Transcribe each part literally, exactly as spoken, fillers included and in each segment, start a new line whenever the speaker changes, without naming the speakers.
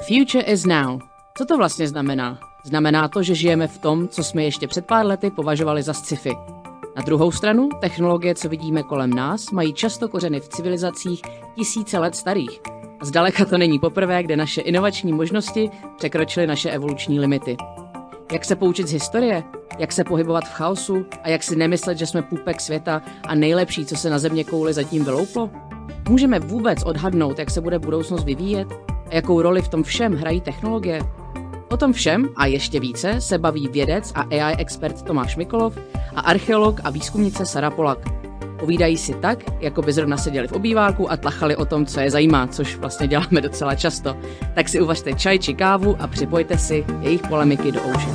future is now. Co to vlastně znamená? Znamená to, že žijeme v tom, co jsme ještě před pár lety považovali za sci-fi. Na druhou stranu, technologie, co vidíme kolem nás, mají často kořeny v civilizacích tisíce let starých. A zdaleka to není poprvé, kde naše inovační možnosti překročily naše evoluční limity. Jak se poučit z historie? Jak se pohybovat v chaosu? A jak si nemyslet, že jsme půpek světa a nejlepší, co se na země kouli zatím vylouplo? Můžeme vůbec odhadnout, jak se bude budoucnost vyvíjet? A jakou roli v tom všem hrají technologie? O tom všem a ještě více se baví vědec a A I expert Tomáš Mikolov a archeolog a výzkumnice Sara Polak. Povídají si tak, jako by zrovna seděli v obýváku a tlachali o tom, co je zajímá, což vlastně děláme docela často. Tak si uvažte čaj či kávu a připojte si jejich polemiky do ouše.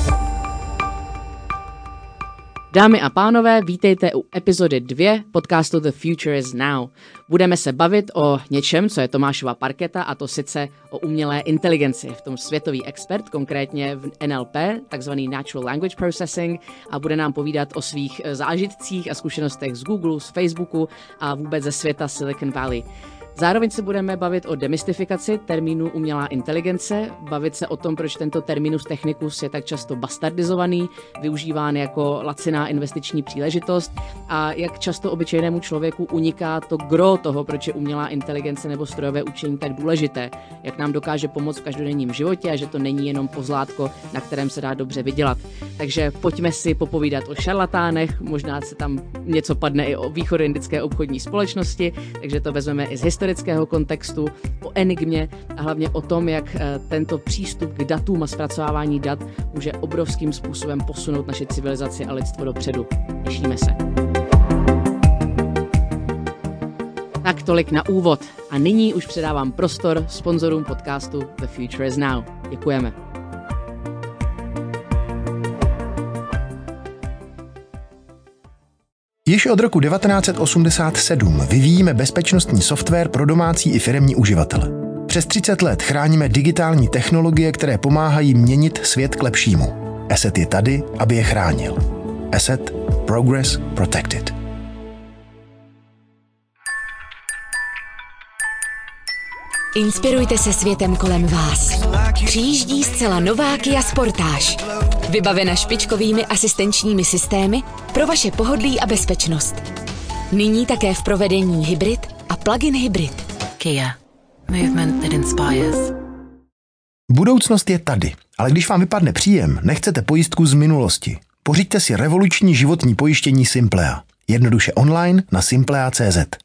Dámy a pánové, vítejte u epizody dvě podcastu The Future is Now. Budeme se bavit o něčem, co je Tomášova parketa, a to sice o umělé inteligenci. V tom světový expert, konkrétně v N L P, takzvaný Natural Language Processing, a bude nám povídat o svých zážitcích a zkušenostech z Google, z Facebooku a vůbec ze světa Silicon Valley. Zároveň se budeme bavit o demystifikaci termínu umělá inteligence, bavit se o tom, proč tento terminus technicus je tak často bastardizovaný, využíván jako laciná investiční příležitost a jak často obyčejnému člověku uniká to gro toho, proč je umělá inteligence nebo strojové učení tak důležité, jak nám dokáže pomoct v každodenním životě a že to není jenom pozlátko, na kterém se dá dobře vydělat. Takže pojďme si popovídat o šarlatánech, možná se tam něco padne i o východoindické obchodní společnosti, takže to vezmeme i z historického kontextu, o enigmě a hlavně o tom, jak tento přístup k datům a zpracovávání dat může obrovským způsobem posunout naši civilizaci a lidstvo dopředu. Těšíme se. Tak tolik na úvod. A nyní už předávám prostor sponzorům podcastu The Future is Now. Děkujeme.
Již od roku devatenáct set osmdesát sedm vyvíjíme bezpečnostní software pro domácí i firemní uživatele. Přes třicet let chráníme digitální technologie, které pomáhají měnit svět k lepšímu. Asset je tady, aby je chránil. Asset Progress Protected.
Inspirujte se světem kolem vás. Přijíždí zcela nová Kia Sportage. Vybavena špičkovými asistenčními systémy pro vaše pohodlí a bezpečnost. Nyní také v provedení hybrid a plug-in hybrid. Kia. Movement that inspires.
Budoucnost je tady, ale když vám vypadne příjem, nechcete pojistku z minulosti. Pořiďte si revoluční životní pojištění Simplea. Jednoduše online na simplea tečka cé zet.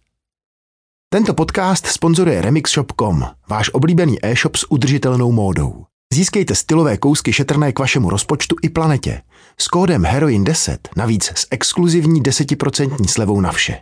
Tento podcast sponzoruje remixshop tečka com, váš oblíbený e-shop s udržitelnou módou. Získejte stylové kousky šetrné k vašemu rozpočtu i planetě. S kódem Heroin deset navíc s exkluzivní desetiprocentní slevou na vše.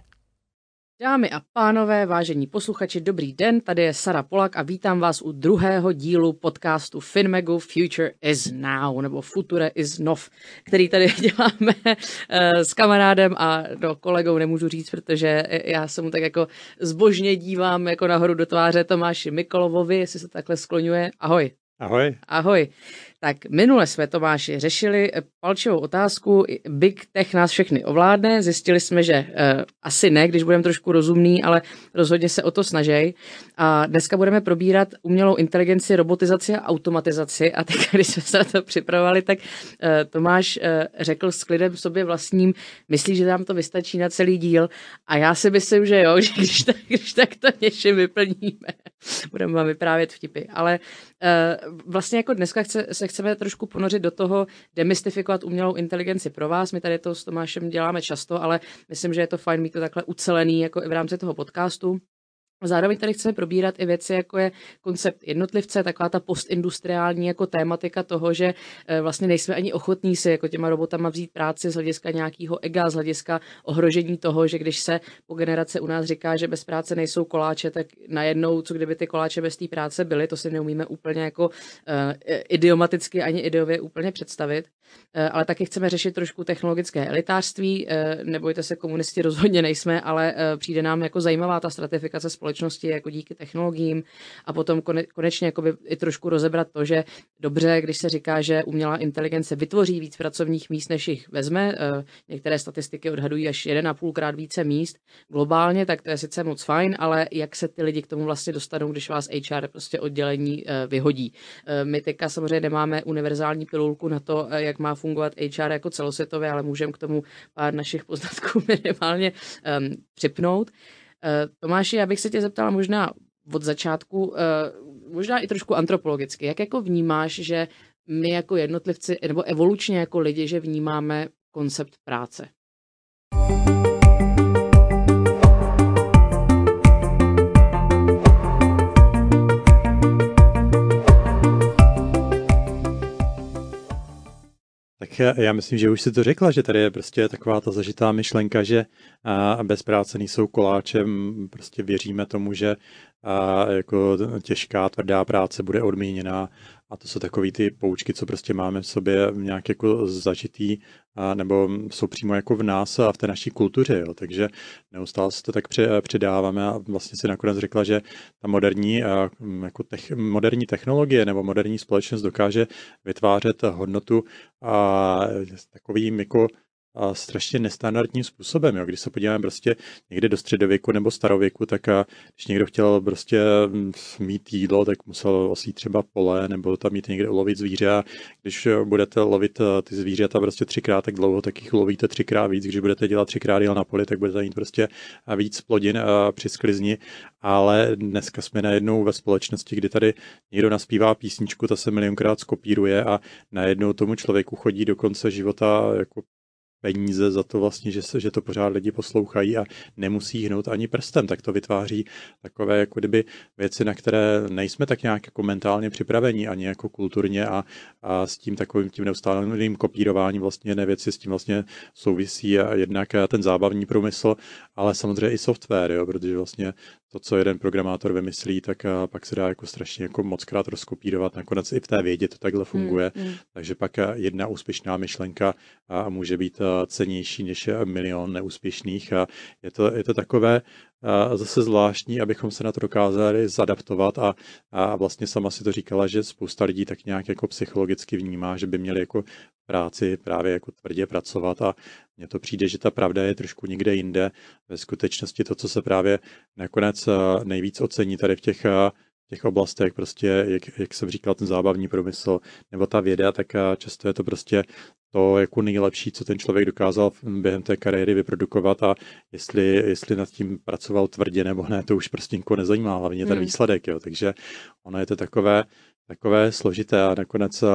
Dámy a pánové, vážení posluchači, dobrý den, tady je Sara Polak a vítám vás u druhého dílu podcastu Finmegu Future is Now, nebo Future is Nov, který tady děláme uh, s kamarádem a no, kolegou nemůžu říct, protože já se mu tak jako zbožně dívám jako nahoru do tváře Tomáši Mikolovovi, jestli se takhle skloňuje. Ahoj.
Ahoj.
Ahoj. Tak minule jsme, Tomáši, řešili palčivou otázku, Big Tech nás všechny ovládne, zjistili jsme, že uh, asi ne, když budeme trošku rozumný, ale rozhodně se o to snaží. A dneska budeme probírat umělou inteligenci, robotizaci a automatizaci. A teď, když jsme se na to připravovali, tak uh, Tomáš uh, řekl s klidem sobě vlastním, myslí, že nám to vystačí na celý díl. A já si myslím, že jo, že když tak, když tak to něčím vyplníme. Budeme vám vyprávět vtipy. Ale uh, vlastně jako dneska chce, se chceme trošku ponořit do toho, demystifikovat umělou inteligenci pro vás. My tady to s Tomášem děláme často, ale myslím, že je to fajn mít to takhle ucelený jako i v rámci toho podcastu. Zároveň tady chceme probírat i věci, jako je koncept jednotlivce, taková ta postindustriální jako tématika toho, že vlastně nejsme ani ochotní si jako těma robotama vzít práci z hlediska nějakého ega, z hlediska ohrožení toho, že když se po generace u nás říká, že bez práce nejsou koláče, tak najednou, co kdyby ty koláče bez té práce byly, to si neumíme úplně jako uh, idiomaticky ani ideově úplně představit. ale taky chceme řešit trošku technologické elitářství. Nebojte se, komunisti rozhodně nejsme, ale přijde nám jako zajímavá ta stratifikace společnosti jako díky technologiím a potom konečně jakoby i trošku rozebrat to, že dobře, když se říká, že umělá inteligence vytvoří víc pracovních míst, než jich vezme. Některé statistiky odhadují až jeden a půlkrát více míst globálně, tak to je sice moc fajn, ale jak se ty lidi k tomu vlastně dostanou, když vás H R prostě oddělení vyhodí. My teďka samozřejmě nemáme univerzální pilulku na to, jak má fungovat H R jako celosvětově, ale můžeme k tomu pár našich poznatků minimálně um, připnout. Uh, Tomáši, já bych se tě zeptala možná od začátku, uh, možná i trošku antropologicky, jak jako vnímáš, že my jako jednotlivci, nebo evolučně jako lidi, že vnímáme koncept práce?
Tak já myslím, že už si to řekla, že tady je prostě taková ta zažitá myšlenka, že bez práce nejsou koláčem, prostě věříme tomu, že jako těžká, tvrdá práce bude odměněná a to jsou takový ty poučky, co prostě máme v sobě nějak jako zažitý nebo jsou přímo jako v nás a v té naší kultuře, jo. Takže neustále se to tak předáváme a vlastně si nakonec řekla, že ta moderní, jako tech, moderní technologie nebo moderní společnost dokáže vytvářet hodnotu a takovým jako a strašně nestandardním způsobem. Jo. Když se podíváme prostě někde do středověku nebo starověku, tak a když někdo chtěl prostě mít jídlo, tak musel osít třeba pole nebo tam mít někde ulovit zvíře a když budete lovit ty zvířata prostě třikrát tak dlouho, tak jich ulovíte třikrát víc. Když budete dělat třikrát jíl na poli, tak budete mít prostě víc plodin při sklizni. Ale dneska jsme najednou ve společnosti, kdy tady někdo naspívá písničku, ta se milionkrát skopíruje a najednou tomu člověku chodí do konce života jako peníze za to vlastně, že, se, že to pořád lidi poslouchají a nemusí hnout ani prstem, tak to vytváří takové jako kdyby věci, na které nejsme tak nějak jako mentálně připraveni, ani jako kulturně a, a s tím takovým tím neustálým kopírováním vlastně jedné věci s tím vlastně souvisí a jednak ten zábavní průmysl, ale samozřejmě i software, jo, protože vlastně to, co jeden programátor vymyslí, tak pak se dá jako strašně jako mockrát rozkopírovat. Nakonec i v té vědě to takhle funguje. Mm, mm. Takže pak jedna úspěšná myšlenka a může být cennější než milion neúspěšných. A je to, je to takové zase zvláštní, abychom se na to dokázali zadaptovat a, a vlastně sama si to říkala, že spousta lidí tak nějak jako psychologicky vnímá, že by měli jako práci právě jako tvrdě pracovat a mně to přijde, že ta pravda je trošku někde jinde. Ve skutečnosti to, co se právě nakonec nejvíc ocení tady v těch v těch oblastech, prostě, jak, jak jsem říkal, ten zábavní průmysl nebo ta věda, tak často je to prostě to jako nejlepší, co ten člověk dokázal během té kariéry vyprodukovat a jestli, jestli nad tím pracoval tvrdě nebo ne, to už prostě nikoho nezajímá, hlavně ten hmm. výsledek, jo. Takže ono je to takové, takové složité a nakonec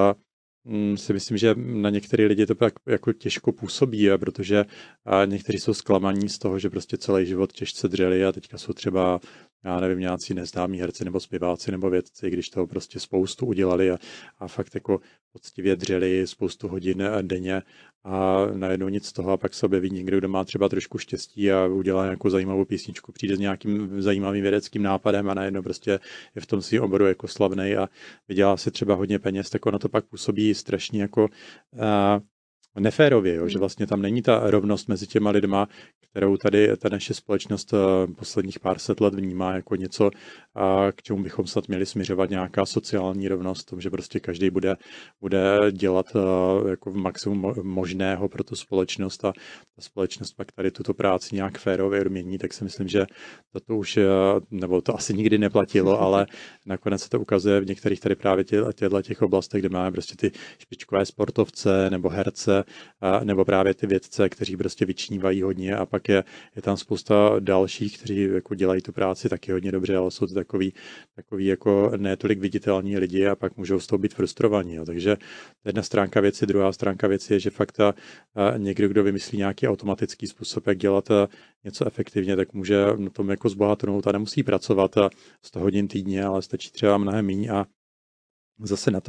si myslím, že na některé lidi to tak jako těžko působí, protože někteří jsou zklamaní z toho, že prostě celý život těžce dřeli a teďka jsou třeba, já nevím, nějací neznámí herci nebo zpěváci nebo vědci, když toho prostě spoustu udělali a, a fakt jako poctivě dřeli spoustu hodin denně a najednou nic z toho a pak se objeví někdo, kdo má třeba trošku štěstí a udělá nějakou zajímavou písničku, přijde s nějakým zajímavým vědeckým nápadem a najednou prostě je v tom svým oboru jako slavnej a vydělá si třeba hodně peněz, tak ono to pak působí strašně jako uh, neférově, jo, že vlastně tam není ta rovnost mezi těma lidma, kterou tady ta naše společnost posledních pár set let vnímá jako něco, k čemu bychom snad měli směřovat, nějaká sociální rovnost, tom, že prostě každý bude, bude dělat jako v maximum možného pro tu společnost a ta společnost pak tady tuto práci nějak férově odmění, tak si myslím, že to už, nebo to asi nikdy neplatilo, ale nakonec se to ukazuje v některých tady právě těchto těch oblastech, kde máme prostě ty špičkové sportovce nebo herce, nebo právě ty vědce, kteří prostě vyčnívají hodně a pak je, je tam spousta dalších, kteří jako dělají tu práci taky hodně dobře, ale jsou to takový, takový jako netolik viditelní lidi a pak můžou z toho být frustrovaní. Jo. Takže jedna stránka věci, druhá stránka věci je, že fakt a, a někdo, kdo vymyslí nějaký automatický způsob, jak dělat a, něco efektivně, tak může na tom jako zbohatnout a nemusí pracovat a sto hodin týdně, ale stačí třeba mnohem míň a zase na to,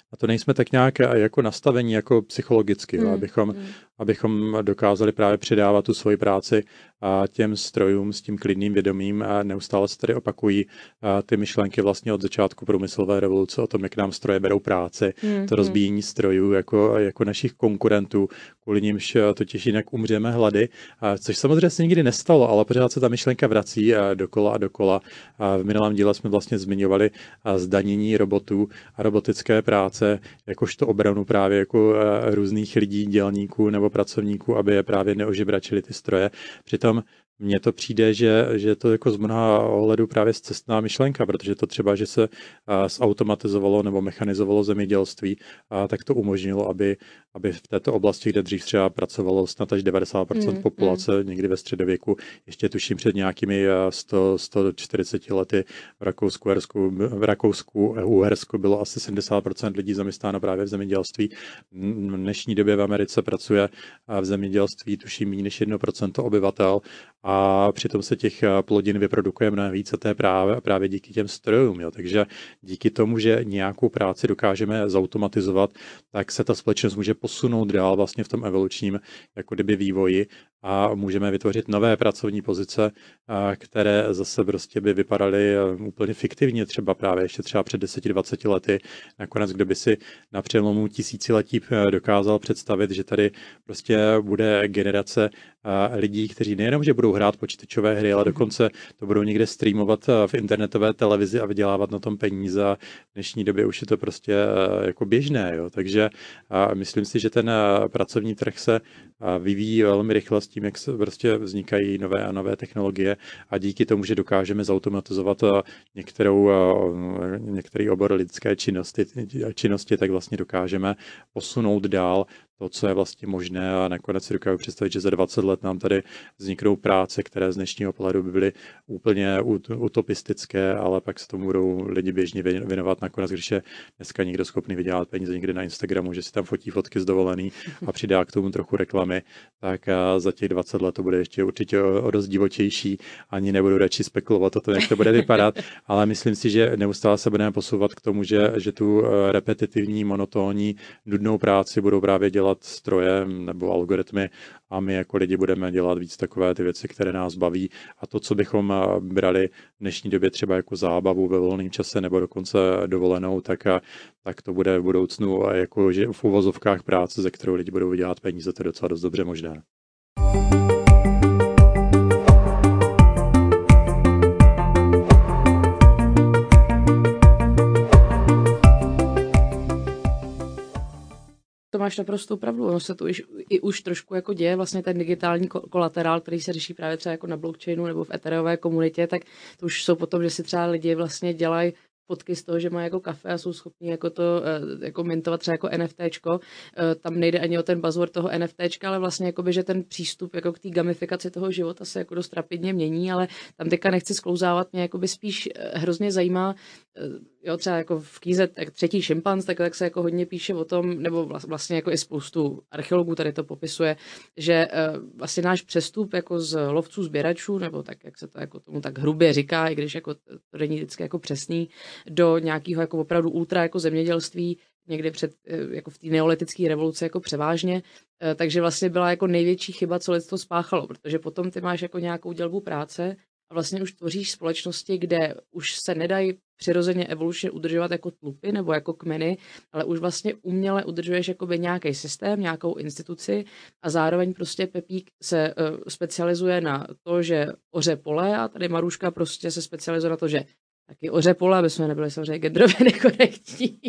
a to nejsme tak nějak jako nastavení, jako psychologicky, hmm. abychom, hmm. abychom dokázali právě předávat tu svoji práci a těm strojům s tím klidným vědomím a neustále se tady opakují a ty myšlenky vlastně od začátku průmyslové revoluce o tom, jak nám stroje berou práci, hmm. to rozbíjení strojů jako, jako našich konkurentů, kvůli nimž totiž jinak umřeme hlady, a což samozřejmě se nikdy nestalo, ale pořád se ta myšlenka vrací a dokola a dokola. A v minulém díle jsme vlastně zmiňovali zdanění robotů a robotické práce, jakožto obranu právě jako různých lidí, dělníků nebo pracovníků, aby je právě neožebračili ty stroje. Přitom mně to přijde, že, že to jako z mnoha ohledů právě cestná myšlenka, protože to třeba, že se zautomatizovalo nebo mechanizovalo zemědělství, a tak to umožnilo, aby, aby v této oblasti, kde dřív třeba pracovalo snad až devadesát procent mm, populace, mm. někdy ve středověku, ještě tuším před nějakými sto, sto čtyřiceti lety v Rakousku, Uhersku, v Rakousku, Uhersku bylo asi sedmdesát procent lidí zaměstnáno právě v zemědělství. V dnešní době v Americe pracuje v zemědělství tuším méně než jedno procento obyvatel, a přitom se těch plodin vyprodukuje mnohem víc a to je právě, právě díky těm strojům. Jo. Takže díky tomu, že nějakou práci dokážeme zautomatizovat, tak se ta společnost může posunout dál vlastně v tom evolučním jako kdyby vývoji a můžeme vytvořit nové pracovní pozice, které zase prostě by vypadaly úplně fiktivně, třeba právě ještě třeba před deseti dvaceti lety. Nakonec, kdo by si na přelomu tisíciletí dokázal představit, že tady prostě bude generace lidí, kteří nejenom, že budou hrát počítačové hry, ale dokonce to budou někde streamovat v internetové televizi a vydělávat na tom peníze. A v dnešní době už je to prostě jako běžné. Jo. Takže myslím si, že ten pracovní trh se vyvíjí velmi rychle s tím, jak se prostě vznikají nové a nové technologie a díky tomu, že dokážeme zautomatizovat některou, některý obor lidské činnosti, činnosti, tak vlastně dokážeme posunout dál to, co je vlastně možné a nakonec si dokážu představit, že za dvacet let nám tady vzniknou práce, které z dnešního pohledu by byly úplně utopistické, ale pak se tomu budou lidi běžně věnovat nakonec, když je dneska někdo schopný vydělat peníze někde na Instagramu, že si tam fotí fotky z dovolený a přidá k tomu trochu reklamy, tak za těch dvacet let to bude ještě určitě o dost divočejší, ani nebudu radši spekulovat o tom, jak to bude vypadat, ale myslím si, že neustále se budeme posouvat k tomu, že, že tu repetitivní, monotónní, nudnou práci budou právě dělat strojem nebo algoritmy a my jako lidi budeme dělat víc takové ty věci, které nás baví a to, co bychom brali v dnešní době třeba jako zábavu ve volném čase nebo dokonce dovolenou, tak, tak to bude v budoucnu jako že v uvozovkách práce, ze kterou lidi budou vydělat peníze, to je docela dost dobře možné.
To máš naprostou pravdu, ono se to už, i už trošku jako děje, vlastně ten digitální kolaterál, který se řeší právě třeba jako na blockchainu nebo v ethereové komunitě, tak to už jsou potom, že si třeba lidi vlastně dělají fotky z toho, že mají jako kafe a jsou schopní jako to jako mintovat třeba jako NFTčko. Tam nejde ani o ten buzzword toho NFTčka, ale vlastně jakoby, že ten přístup jako k té gamifikaci toho života se jako dost rapidně mění, ale tam teďka nechci sklouzávat, mě jakoby spíš hrozně zajímá, jo, třeba jako v knize tak Třetí šimpanz, tak, tak se jako hodně píše o tom, nebo vlastně jako i spoustu archeologů tady to popisuje, že vlastně náš přestup jako z lovců sběračů, nebo tak, jak se to jako tomu tak hrubě říká, i když jako to není vždycky jako přesný, do nějakého jako opravdu ultra jako zemědělství, někdy před, jako v té neolitické revoluci jako převážně, takže vlastně byla jako největší chyba, co lidstvo spáchalo, protože potom ty máš jako nějakou dělbu práce a vlastně už tvoříš společnosti, kde už se nedají přirozeně evolučně udržovat jako tlupy nebo jako kmeny, ale už vlastně uměle udržuješ jakoby nějaký systém, nějakou instituci a zároveň prostě Pepík se uh, specializuje na to, že oře pole a tady Maruška prostě se specializuje na to, že taky oře pole, aby jsme nebyli samozřejmě genderově nekorektní.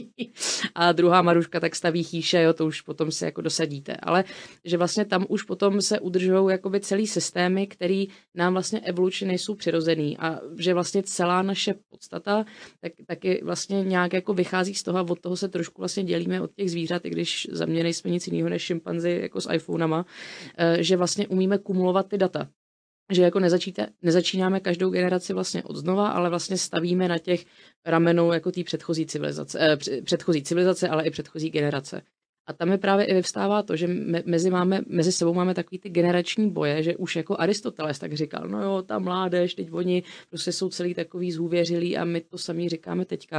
A druhá Maruška tak staví chýše, jo, to už potom si jako dosadíte. Ale že vlastně tam už potom se udržují jakoby celý systémy, který nám vlastně evolučně nejsou přirozený a že vlastně celá naše podstata tak, taky vlastně nějak jako vychází z toho a od toho se trošku vlastně dělíme od těch zvířat, i když za mě nejsme nic jiného než šimpanzi jako s iPhonama, že vlastně umíme kumulovat ty data. Že jako nezačínáme každou generaci vlastně od znova, ale vlastně stavíme na těch ramenou jako té předchozí civilizace, eh, předchozí civilizace, ale i předchozí generace. A tam je právě i vyvstává to, že me, mezi, máme, mezi sebou máme takový ty generační boje, že už jako Aristoteles tak říkal, no jo, ta mládež, teď oni prostě jsou celý takový zhůvěřilí a my to samý říkáme teďka.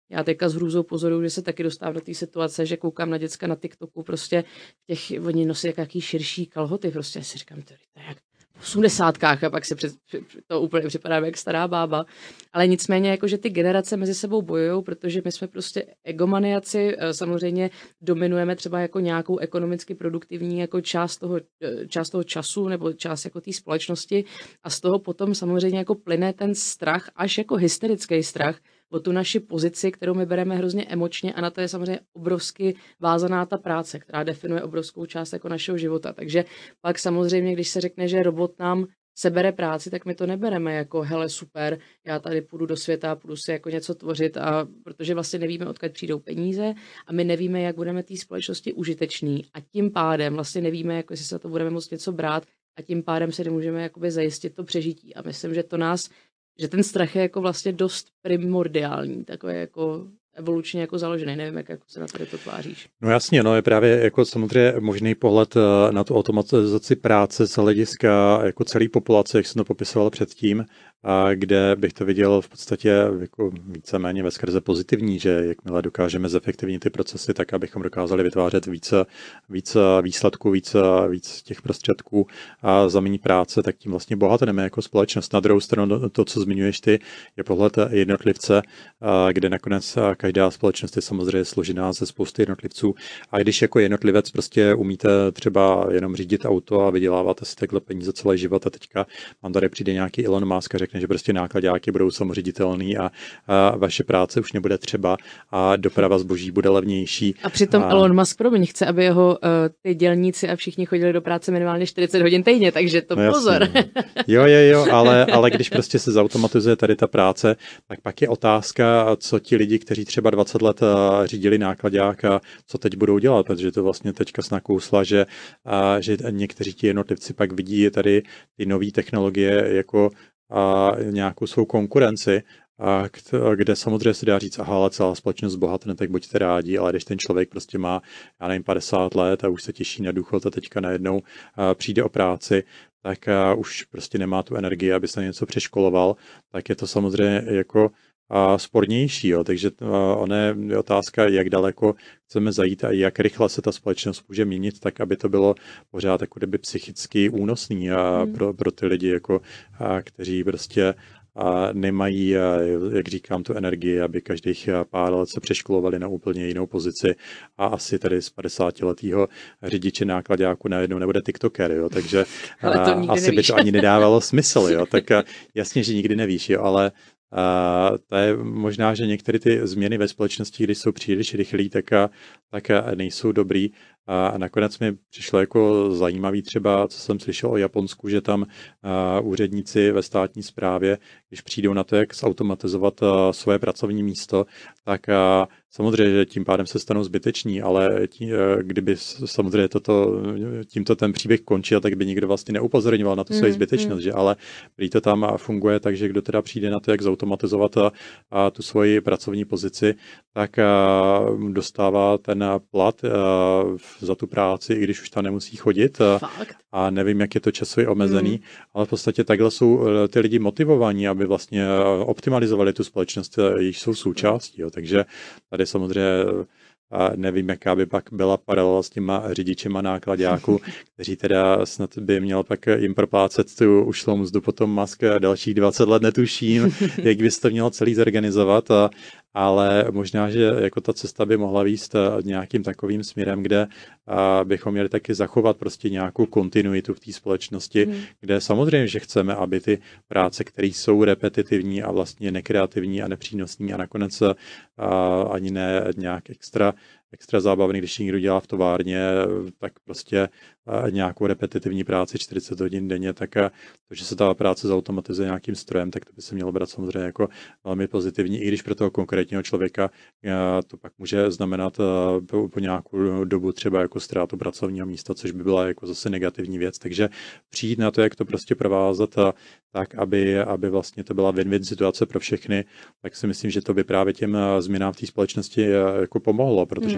Já teďka s hrůzou pozoruju, že se taky dostávám do té situace, že koukám na děcka na TikToku, prostě těch, oni nosí jaký širší kalhoty, prostě si říkám, to je jak v osmdesátkách a pak si před, to úplně připadá jak stará bába. Ale nicméně, jakože ty generace mezi sebou bojují, protože my jsme prostě egomaniaci, samozřejmě dominujeme třeba jako nějakou ekonomicky produktivní jako část toho, část toho času nebo část jako té společnosti a z toho potom samozřejmě jako plyne ten strach, až jako hysterický strach o tu naši pozici, kterou my bereme hrozně emočně a na to je samozřejmě obrovsky vázaná ta práce, která definuje obrovskou část jako našeho života. Takže pak samozřejmě, když se řekne, že robot nám sebere práci, tak my to nebereme jako hele super, já tady půjdu do světa, půjdu si jako něco tvořit, a protože vlastně nevíme, odkud přijdou peníze a my nevíme, jak budeme té společnosti užiteční a tím pádem vlastně nevíme, jako jestli se to budeme moct něco brát a tím pádem si nemůžeme jakoby zajistit to přežití. A myslím, že to nás, že ten strach je jako vlastně dost primordiální, takový jako evolučně jako založený. Nevím, jak jako se na tady to tváříš.
No jasně, no je právě jako samozřejmě možný pohled na tu automatizaci práce z hlediska jako celé populace, jak jsem to popisoval předtím, a kde bych to viděl v podstatě jako víceméně ve skrze pozitivní, že jakmile dokážeme zefektivnit ty procesy, tak abychom dokázali vytvářet více, více výsledků, více, víc těch prostředků a zamění práce, tak tím vlastně bohatneme jako společnost. Na druhou stranu to, co zmiňuješ ty, je pohled jednotlivce, kde nakonec každá společnost je samozřejmě složená ze spousty jednotlivců. A když jako jednotlivec prostě umíte třeba jenom řídit auto a vyděláváte si takhle peníze celý život a teďka vám tady přijde nějaký Elon Musk a řekne, že prostě nákladáky budou samoředitelný a, a vaše práce už nebude třeba a doprava zboží bude levnější.
A přitom a... Elon Musk promiň chce, aby jeho uh, ty dělníci a všichni chodili do práce minimálně čtyřicet hodin týdně, takže to no pozor.
Jasně, jo, jo, jo, ale, ale když prostě se zautomatizuje tady ta práce, tak pak je otázka, co ti lidi, kteří třeba dvacet let řídili nákladák a co teď budou dělat, protože to vlastně teďka nakousla, že, a, že někteří ti jednotlivci pak vidí tady ty nové technologie jako a nějakou svou konkurenci, a kde samozřejmě se dá říct, aha, ale celá společnost bohatne, tak buďte rádi, ale když ten člověk prostě má, já nevím, padesát let a už se těší na důchod a teďka najednou přijde o práci, tak už prostě nemá tu energii, aby se něco přeškoloval, tak je to samozřejmě jako a spornější, jo. Takže ona je otázka, jak daleko chceme zajít a jak rychle se ta společnost může měnit, tak aby to bylo pořád jako kdyby psychicky únosný a hmm. pro, pro ty lidi, jako, a, kteří prostě a nemají, a, jak říkám, tu energii, aby každých pár let se přeškolovali na úplně jinou pozici a asi tady z padesátiletého řidiče nákladáku najednou nebude tiktoker, jo. Takže a, asi
nevíš.
by to ani nedávalo smysl, jo. Tak a, jasně, že nikdy nevíš, jo, ale a to je možná, že některé ty změny ve společnosti, když jsou příliš rychlé, tak, tak nejsou dobrý. A nakonec mi přišlo jako zajímavý třeba, co jsem slyšel o Japonsku, že tam úředníci ve státní správě, když přijdou na to, jak zautomatizovat svoje pracovní místo, tak samozřejmě, že tím pádem se stanou zbyteční, ale tí, kdyby samozřejmě toto, tímto ten příběh končil, tak by nikdo vlastně neupozorňoval na tu svoji zbytečnost, mm. že? Ale prý to tam funguje tak, že kdo teda přijde na to, jak zautomatizovat a, a tu svoji pracovní pozici, tak a, dostává ten plat a, za tu práci, i když už tam nemusí chodit.
Fakt?
A nevím, jak je to časově omezený, mm. ale v podstatě takhle jsou ty lidi motivovaní, aby vlastně optimalizovali tu společnost, již jsou součástí. Jo. Takže tady samozřejmě a nevím, jaká by pak byla paralela s těma řidičema nákladáků, kteří teda snad by měl pak jim proplácet tu ušlou mzdu potom Musk dalších dvacet let, netuším, jak bys to měl celý zorganizovat, a, ale možná, že jako ta cesta by mohla vést nějakým takovým směrem, kde a, bychom měli taky zachovat prostě nějakou kontinuitu v té společnosti, hmm. kde samozřejmě, že chceme, aby ty práce, které jsou repetitivní a vlastně nekreativní a nepřínosní a nakonec a, ani ne nějak extra extra zábavný, když někdo dělá v továrně, tak prostě nějakou repetitivní práci čtyřicet hodin denně, tak to, že se ta práce zautomatizuje nějakým strojem, tak to by se mělo brát samozřejmě jako velmi pozitivní, i když pro toho konkrétního člověka to pak může znamenat po, po nějakou dobu třeba jako ztrátu pracovního místa, což by byla jako zase negativní věc, takže přijít na to, jak to prostě provázat tak, aby, aby vlastně to byla win-win situace pro všechny, tak si myslím, že to by právě těm změnám v té společnosti jako pomohlo, protože hmm.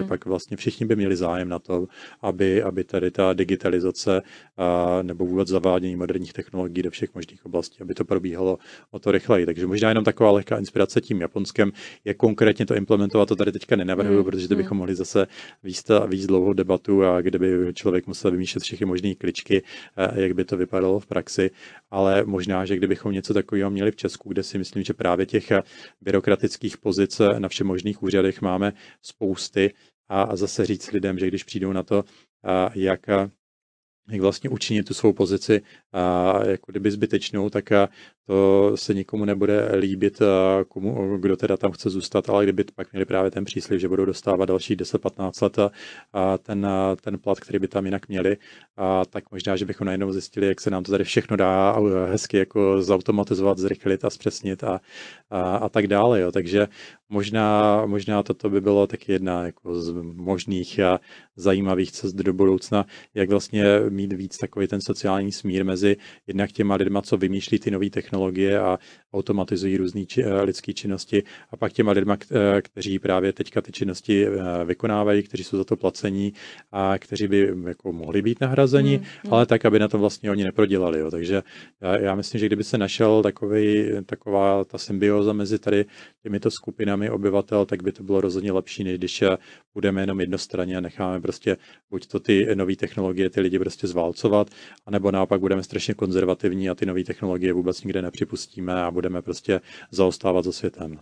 pak vlastně všichni by měli zájem na to, aby, aby tady ta digitalizace a, nebo vůbec zavádění moderních technologií do všech možných oblastí, aby to probíhalo o to rychleji. Takže možná jenom taková lehká inspirace tím Japonskem, jak konkrétně to implementovat, to tady teďka nenavrhuju, mm. protože to bychom mohli zase víc, víc dlouhou debatu a kde by člověk musel vymýšlet všechny možné kličky, jak by to vypadalo v praxi, ale možná, že kdybychom něco takového měli v Česku, kde si myslím, že právě těch byrokratických pozic na všech možných úřadech máme spousty a zase říct lidem, že když přijdou na to, jak jak vlastně učinit tu svou pozici a jako kdyby zbytečnou, tak to se nikomu nebude líbit, komu, kdo teda tam chce zůstat, ale kdyby pak měli právě ten příslib, že budou dostávat další deset patnáct let a ten, ten plat, který by tam jinak měli, a tak možná, že bychom najednou zjistili, jak se nám to tady všechno dá hezky jako zautomatizovat, zrychlit a zpřesnit a, a, a tak dále. Jo. Takže možná, možná toto by bylo taky jedna jako z možných a zajímavých cest do budoucna, jak vlastně mít víc takový ten sociální smír mezi jednak těma lidma, co vymýšlí ty nové technologie a automatizují různé či, lidské činnosti a pak těma lidma, kteří právě teďka ty činnosti vykonávají, kteří jsou za to placení a kteří by jako mohli být nahrazeni, mm, mm. ale tak, aby na tom vlastně oni neprodělali. Jo. Takže já, já myslím, že kdyby se našel takovej, taková ta symbioza mezi tady těmito skupinami obyvatel, tak by to bylo rozhodně lepší, než když budeme jenom jednostranně a necháme prostě buď to ty nové technologie ty lidi prostě zválcovat, anebo naopak budeme strašně konzervativní a ty nové technologie vůbec nikde nepřipustíme a budeme prostě zaostávat za světem.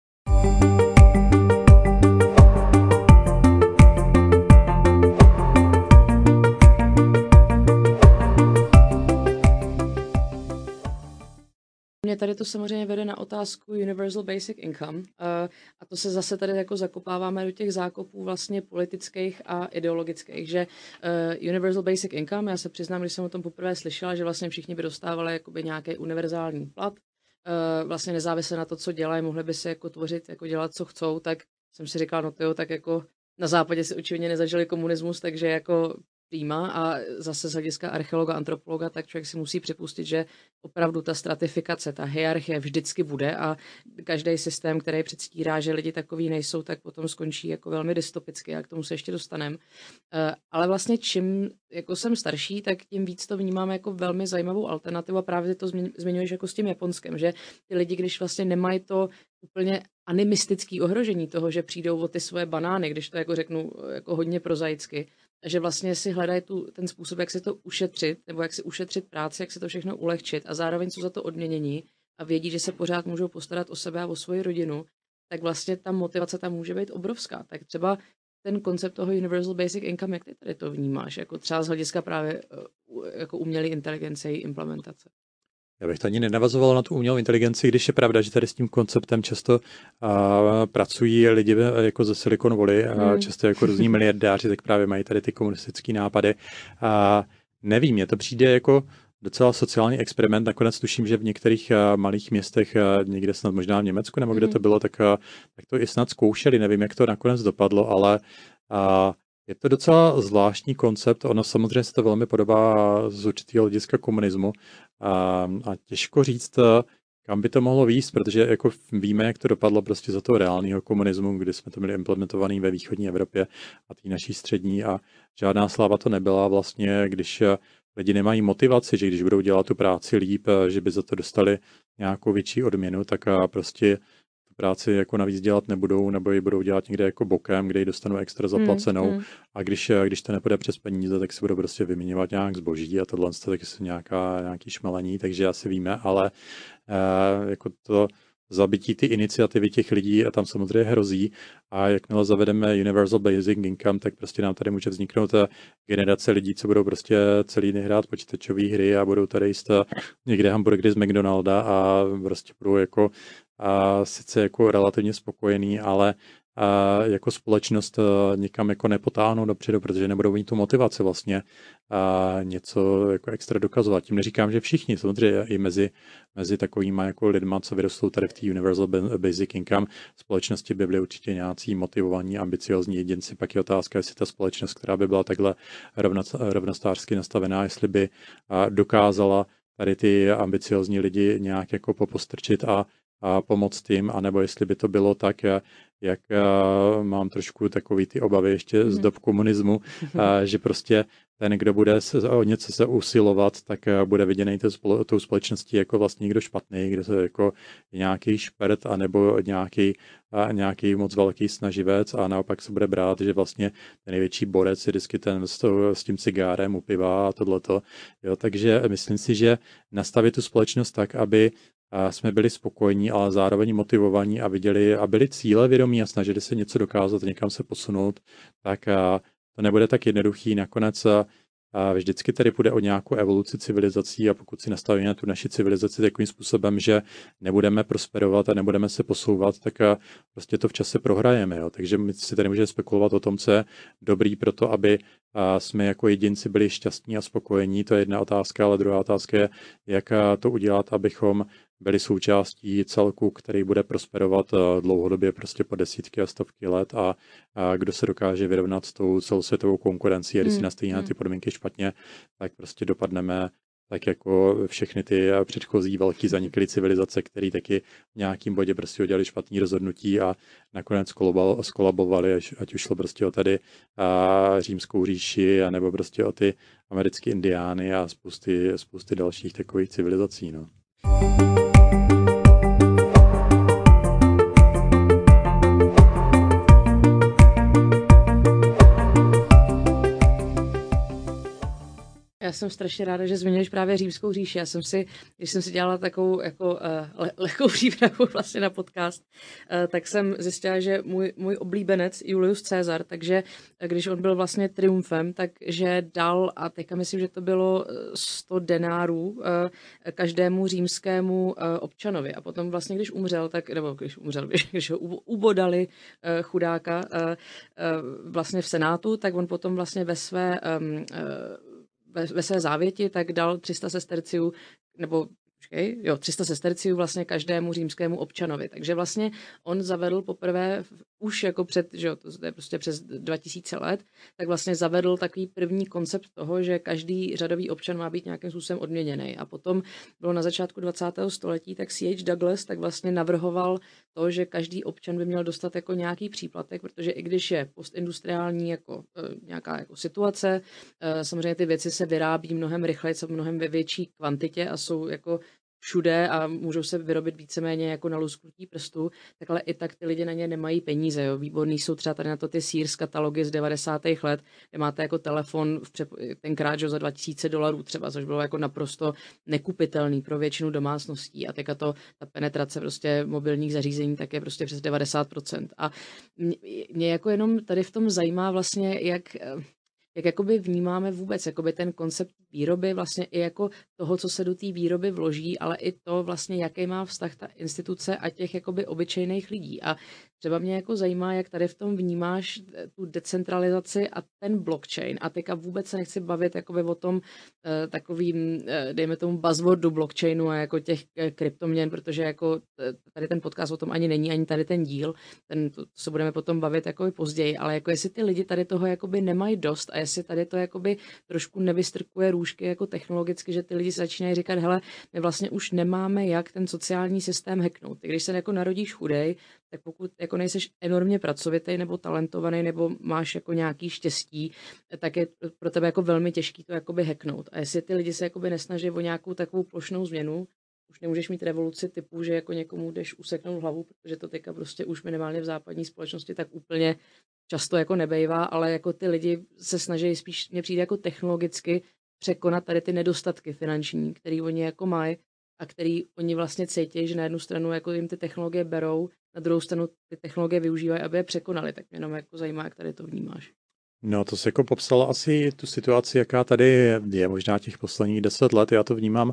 Mě tady to samozřejmě vede na otázku Universal Basic Income a to se zase tady jako zakopáváme do těch zákopů vlastně politických a ideologických, že Universal Basic Income, já se přiznám, když jsem o tom poprvé slyšela, že vlastně všichni by dostávali jakoby nějaký univerzální plat, vlastně nezávisle na to, co dělají, mohli by si jako tvořit, jako dělat, co chcou, tak jsem si říkala, no tyjo, tak jako na západě si očividně nezažili komunismus, takže jako přímá a zase z hlediska archeologa, antropologa, tak člověk si musí připustit, že opravdu ta stratifikace, ta hierarchie vždycky bude a každý systém, který předstírá, že lidi takový nejsou, tak potom skončí jako velmi dystopicky a k tomu se ještě dostaneme. Ale vlastně čím jako jsem starší, tak tím víc to vnímám jako velmi zajímavou alternativu a právě to zmiňuješ jako s tím Japonskem, že ty lidi, když vlastně nemají to úplně animistické ohrožení toho, že přijdou o ty svoje banány, když to jako řeknu jako hodně prozaicky, že vlastně si hledají tu, ten způsob, jak si to ušetřit, nebo jak si ušetřit práci, jak si to všechno ulehčit a zároveň jsou za to odměnění a vědí, že se pořád můžou postarat o sebe a o svoji rodinu, tak vlastně ta motivace tam může být obrovská. Tak třeba ten koncept toho Universal Basic Income, jak ty tady to vnímáš, jako třeba z hlediska právě jako umělé inteligence její implementace?
Já bych to ani nenavazoval na tu umělou inteligenci, když je pravda, že tady s tím konceptem často a, pracují lidi jako ze Silicon Valley a hmm. často jako různí miliardáři, tak právě mají tady ty komunistické nápady. A nevím, mně to přijde jako docela sociální experiment. Nakonec tuším, že v některých a, malých městech, a, někde snad možná v Německu, nebo kde to bylo, tak, a, tak to i snad zkoušeli. Nevím, jak to nakonec dopadlo, ale a, je to docela zvláštní koncept, ono samozřejmě se to velmi podobá z určitého hlediska komunismu a, a těžko říct, kam by to mohlo výjist, protože jako víme, jak to dopadlo prostě za toho reálného komunismu, kdy jsme to měli implementovaný ve východní Evropě a té naší střední a žádná sláva to nebyla vlastně, když lidi nemají motivaci, že když budou dělat tu práci líp, že by za to dostali nějakou větší odměnu, tak prostě práci jako navíc dělat nebudou, nebo ji budou dělat někde jako bokem, kde ji dostanou extra zaplacenou. Hmm, hmm. A když, když to nepůjde přes peníze, tak se budou prostě vyměňovat nějak zboží a tohle tak je nějaká, nějaký šmelení, takže asi víme, ale eh, jako to zabití ty iniciativy těch lidí a tam samozřejmě hrozí a jakmile zavedeme Universal Basic Income, tak prostě nám tady může vzniknout generace lidí, co budou prostě celý den hrát počítačové hry a budou tady jíst někde hamburgery z McDonalda a prostě budou jako a sice jako relativně spokojený, ale a jako společnost nikam jako nepotáhnou dopředu, protože nebudou mít tu motivaci vlastně a něco jako extra dokazovat. Tím neříkám, že všichni, samozřejmě i mezi, mezi takovýma jako lidma, co vyrostou tady v té Universal Basic Income společnosti by byly určitě nějací motivovaní, ambiciozní jedinci. Pak je otázka, jestli ta společnost, která by byla takhle rovnostářsky nastavená, jestli by dokázala tady ty ambiciozní lidi nějak jako popostrčit a a pomoct jim, anebo jestli by to bylo tak, jak mám trošku takový ty obavy ještě z dob komunismu, že prostě ten, kdo bude se, o něco se usilovat, tak bude viděný tou společností jako vlastně někdo špatný, kdo se jako nějaký špert, anebo nějaký, nějaký moc velký snaživec a naopak se bude brát, že vlastně ten největší borec je vždycky ten s, to, s tím cigárem u piva a tohleto. Jo, takže myslím si, že nastavit tu společnost tak, aby jsme byli spokojení, ale zároveň motivovaní a viděli a byli cíle vědomí a snažili se něco dokázat, někam se posunout, tak to nebude tak jednoduchý. Nakonec vždycky tedy půjde o nějakou evoluci civilizací a pokud si nastavíme tu naši civilizaci takovým způsobem, že nebudeme prosperovat a nebudeme se posouvat, tak prostě to v čase prohrajeme. Jo. Takže my si tady můžeme spekulovat o tom, co je dobrý pro to, aby jsme jako jedinci byli šťastní a spokojení. To je jedna otázka, ale druhá otázka je, jak to udělat, abychom byli součástí celku, který bude prosperovat dlouhodobě prostě po desítky a stovky let a, a kdo se dokáže vyrovnat s tou celosvětovou konkurencí a když si nastavíme ty podmínky špatně, tak prostě dopadneme tak jako všechny ty předchozí velký zaniklé civilizace, které taky v nějakým bodě prostě udělali špatný rozhodnutí a nakonec skolabovali, ať už šlo prostě o tady a římskou říši, anebo prostě o ty americké indiány a spousty, spousty dalších takových civilizací. No.
Já jsem strašně ráda, že zmínili právě římskou říši. Já jsem si, když jsem si dělala takovou jako uh, le- lehkou přípravu vlastně na podcast, uh, tak jsem zjistila, že můj, můj oblíbenec Julius Caesar, takže když on byl vlastně triumfem, takže dal, a teďka myslím, že to bylo sto denárů uh, každému římskému uh, občanovi. A potom vlastně, když umřel, tak, nebo když umřel, když, když ho ubodali uh, chudáka uh, uh, vlastně v Senátu, tak on potom vlastně ve své um, uh, Ve, ve své závěti, tak dal tři sta sesterciů, nebo počkej, jo, tři sta sesterciů vlastně každému římskému občanovi. Takže vlastně on zavedl poprvé už jako před, že jo, to je prostě přes dva tisíce let, tak vlastně zavedl takový první koncept toho, že každý řadový občan má být nějakým způsobem odměněný. A potom bylo na začátku dvacátého století, tak C H Douglas tak vlastně navrhoval to, že každý občan by měl dostat jako nějaký příplatek, protože i když je postindustriální jako e, nějaká jako situace, e, samozřejmě ty věci se vyrábí mnohem rychleji, v mnohem ve větší kvantitě a jsou jako všude a můžou se vyrobit víceméně jako na lusknutí prstů, tak ale i tak ty lidi na ně nemají peníze. Jo. Výborný jsou třeba tady na to ty Sears katalogy z devadesátých let, kde máte jako telefon v přep- tenkrát že za dva tisíce dolarů třeba, což bylo jako naprosto nekupitelný pro většinu domácností a teďka to, ta penetrace prostě mobilních zařízení tak je prostě přes devadesát procent. A mě, mě jako jenom tady v tom zajímá vlastně, jak jak jakoby vnímáme vůbec jakoby ten koncept výroby, vlastně i jako toho, co se do té výroby vloží, ale i to vlastně, jaký má vztah ta instituce a těch jakoby obyčejných lidí. A třeba mě jako zajímá, jak tady v tom vnímáš tu decentralizaci a ten blockchain. A teďka vůbec se nechci bavit jakoby o tom eh, takovým, eh, dejme tomu buzzwordu blockchainu a jako těch eh, kryptoměn, protože jako tady ten podcast o tom ani není, ani tady ten díl, ten, to, to se budeme potom bavit jakoby později, ale jako jestli ty lidi tady toho jakoby nemají dost a jestli tady to jakoby trošku nevystrkuje růžky jako technologicky, že ty lidi se začínají říkat, hele, my vlastně už nemáme jak ten sociální systém hacknout. Když se jako narodíš chudej, tak pokud jako nejseš enormně pracovitý nebo talentovaný nebo máš jako nějaký štěstí, tak je pro tebe jako velmi těžký to jakoby hacknout. A jestli ty lidi se jakoby nesnaží o nějakou takovou plošnou změnu, už nemůžeš mít revoluci typu, že jako někomu jdeš useknout hlavu, protože to teďka prostě už minimálně v západní společnosti tak úplně často jako nebejvá, ale jako ty lidi se snaží spíš, mně přijde jako technologicky překonat tady ty nedostatky finanční, který oni jako mají a který oni vlastně cítí, že na jednu stranu jako jim ty technologie berou, na druhou stranu ty technologie využívají, aby je překonali. Tak mě jenom jako zajímá, jak tady to vnímáš.
No, to jsi jako popsala asi tu situaci, jaká tady je, možná těch posledních deset let. Já to vnímám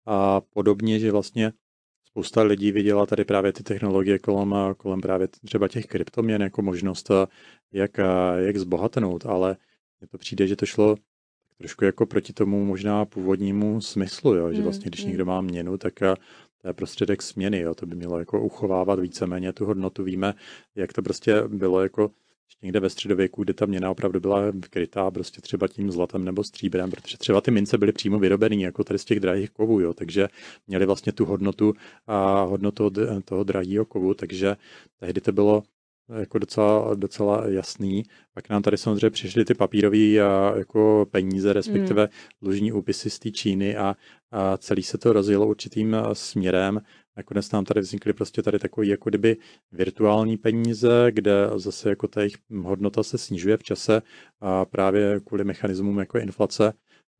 a podobně, že vlastně spousta lidí viděla tady právě ty technologie kolem, kolem právě třeba těch kryptoměn jako možnost, jak, jak zbohatnout, ale mně to přijde, že to šlo trošku jako proti tomu možná původnímu smyslu, jo? Že vlastně když někdo má měnu, tak to je prostředek směny, jo? To by mělo jako uchovávat víceméně tu hodnotu. Víme, jak to prostě bylo jako ještě někde ve středověku, kde ta měna opravdu byla krytá prostě třeba tím zlatem nebo stříbrem, protože třeba ty mince byly přímo vyrobený jako tady z těch drahých kovů, jo, takže měly vlastně tu hodnotu a hodnotu toho drahého kovu, takže tehdy to bylo jako docela, docela jasný. Pak nám tady samozřejmě přišly ty papírové jako peníze, respektive mm. dlužní úpisy z té Číny a, a celý se to rozjelo určitým směrem. Nakonec nám tady vznikly prostě tady takový jako kdyby virtuální peníze, kde zase jako ta jejich hodnota se snižuje v čase a právě kvůli mechanismům jako inflace.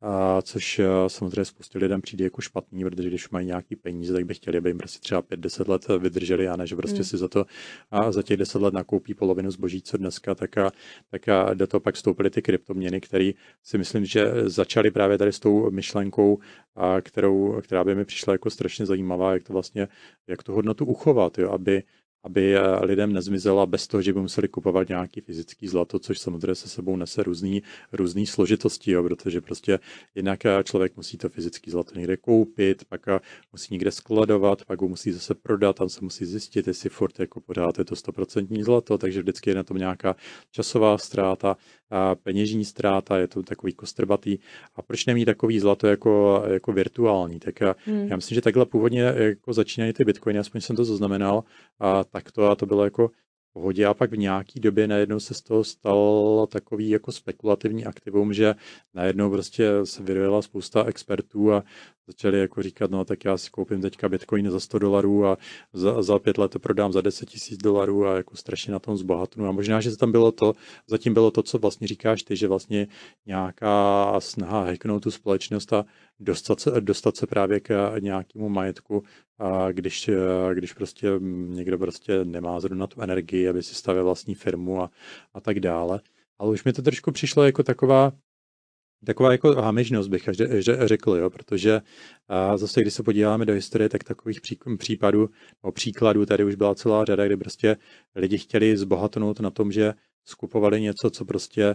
A což samozřejmě spoustě lidem přijde jako špatný, protože když mají nějaký peníze, tak by chtěli, aby jim prostě třeba pět deset let vydrželi a ne, že prostě mm. si za to a za těch deset let nakoupí polovinu zboží, co dneska, tak a, tak a do toho pak vstoupily ty kryptoměny, které si myslím, že začaly právě tady s tou myšlenkou, a kterou, která by mi přišla jako strašně zajímavá, jak to vlastně, jak tu hodnotu uchovat, jo, aby aby lidem nezmizela bez toho, že by museli kupovat nějaký fyzický zlato, což samozřejmě se sebou nese různý, různý složitosti, jo, protože prostě jinak člověk musí to fyzický zlato někde koupit, pak musí někde skladovat, pak ho musí zase prodat, tam se musí zjistit, jestli furt jako pořád je to stoprocentní zlato, takže vždycky je na tom nějaká časová ztráta, a peněžní ztráta, je to takový kostrbatý. A proč nemít takový zlato jako, jako virtuální? Tak já, hmm. já myslím, že takhle původně jako začínají ty bitcoiny, aspoň jsem to zaznamenal, a tak to, a to bylo jako v pohodě. A pak v nějaký době najednou se z toho stalo takový jako spekulativní aktivum, že najednou prostě se vyrojila spousta expertů a začali jako říkat, no tak já si koupím teďka bitcoin za sto dolarů a za, za pět let to prodám za deset tisíc dolarů a jako strašně na tom zbohatnu. A možná, že tam bylo to, zatím bylo to, co vlastně říkáš ty, že vlastně nějaká snaha hacknout tu společnost a dostat se, dostat se právě k nějakému majetku, a když, když prostě někdo prostě nemá zrovna tu energii, aby si stavěl vlastní firmu a, a tak dále. Ale už mi to trošku přišlo jako taková Taková jako hamižnost bych řekl, jo, protože zase, když se podíváme do historie, tak takových případů, o příkladů tady už byla celá řada, kde prostě lidi chtěli zbohatnout na tom, že skupovali něco, co prostě,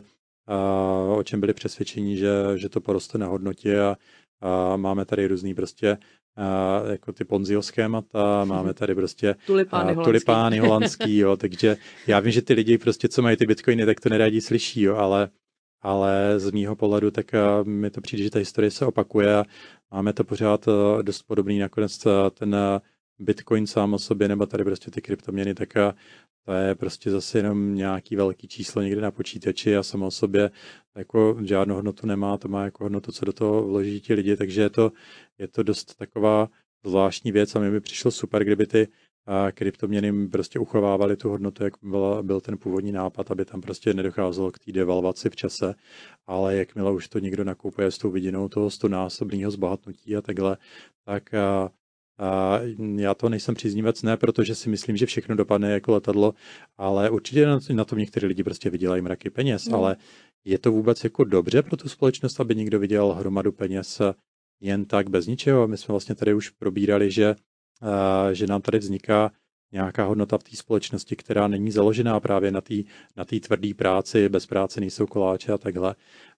o čem byli přesvědčeni, že, že to poroste na hodnotě a, a máme tady různý prostě a jako ty Ponziho schémata, máme tady prostě
tulipány
a,
holandský,
tulipány holandský, jo, takže já vím, že ty lidi prostě, co mají ty bitcoiny, tak to nerádi slyší, jo, ale ale z mýho pohledu tak mi to přijde, že ta historie se opakuje a máme to pořád dost podobný. Nakonec ten Bitcoin sám o sobě, nebo tady prostě ty kryptoměny, tak to je prostě zase jenom nějaký velký číslo někde na počítači a samo o sobě jako žádnou hodnotu nemá, to má jako hodnotu, co do toho vloží ti lidi, takže je to, je to dost taková zvláštní věc a mi by přišlo super, kdyby ty a kryptoměny prostě uchovávali tu hodnotu, jak byla, byl ten původní nápad, aby tam prostě nedocházelo k té devalvaci v čase, ale jakmile už to někdo nakupuje s tou vidinou toho stonásobného zbohatnutí a takhle, tak a, a já to nejsem příznivec, ne, protože si myslím, že všechno dopadne jako letadlo, ale určitě na, na tom některé lidi prostě vydělají mraky peněz, mm. ale je to vůbec jako dobře pro tu společnost, aby někdo vydělal hromadu peněz jen tak bez ničeho. My jsme vlastně tady už probírali, že že nám tady vzniká nějaká hodnota v té společnosti, která není založená právě na té na té tvrdé práci, bez práce nejsou koláče a takhle.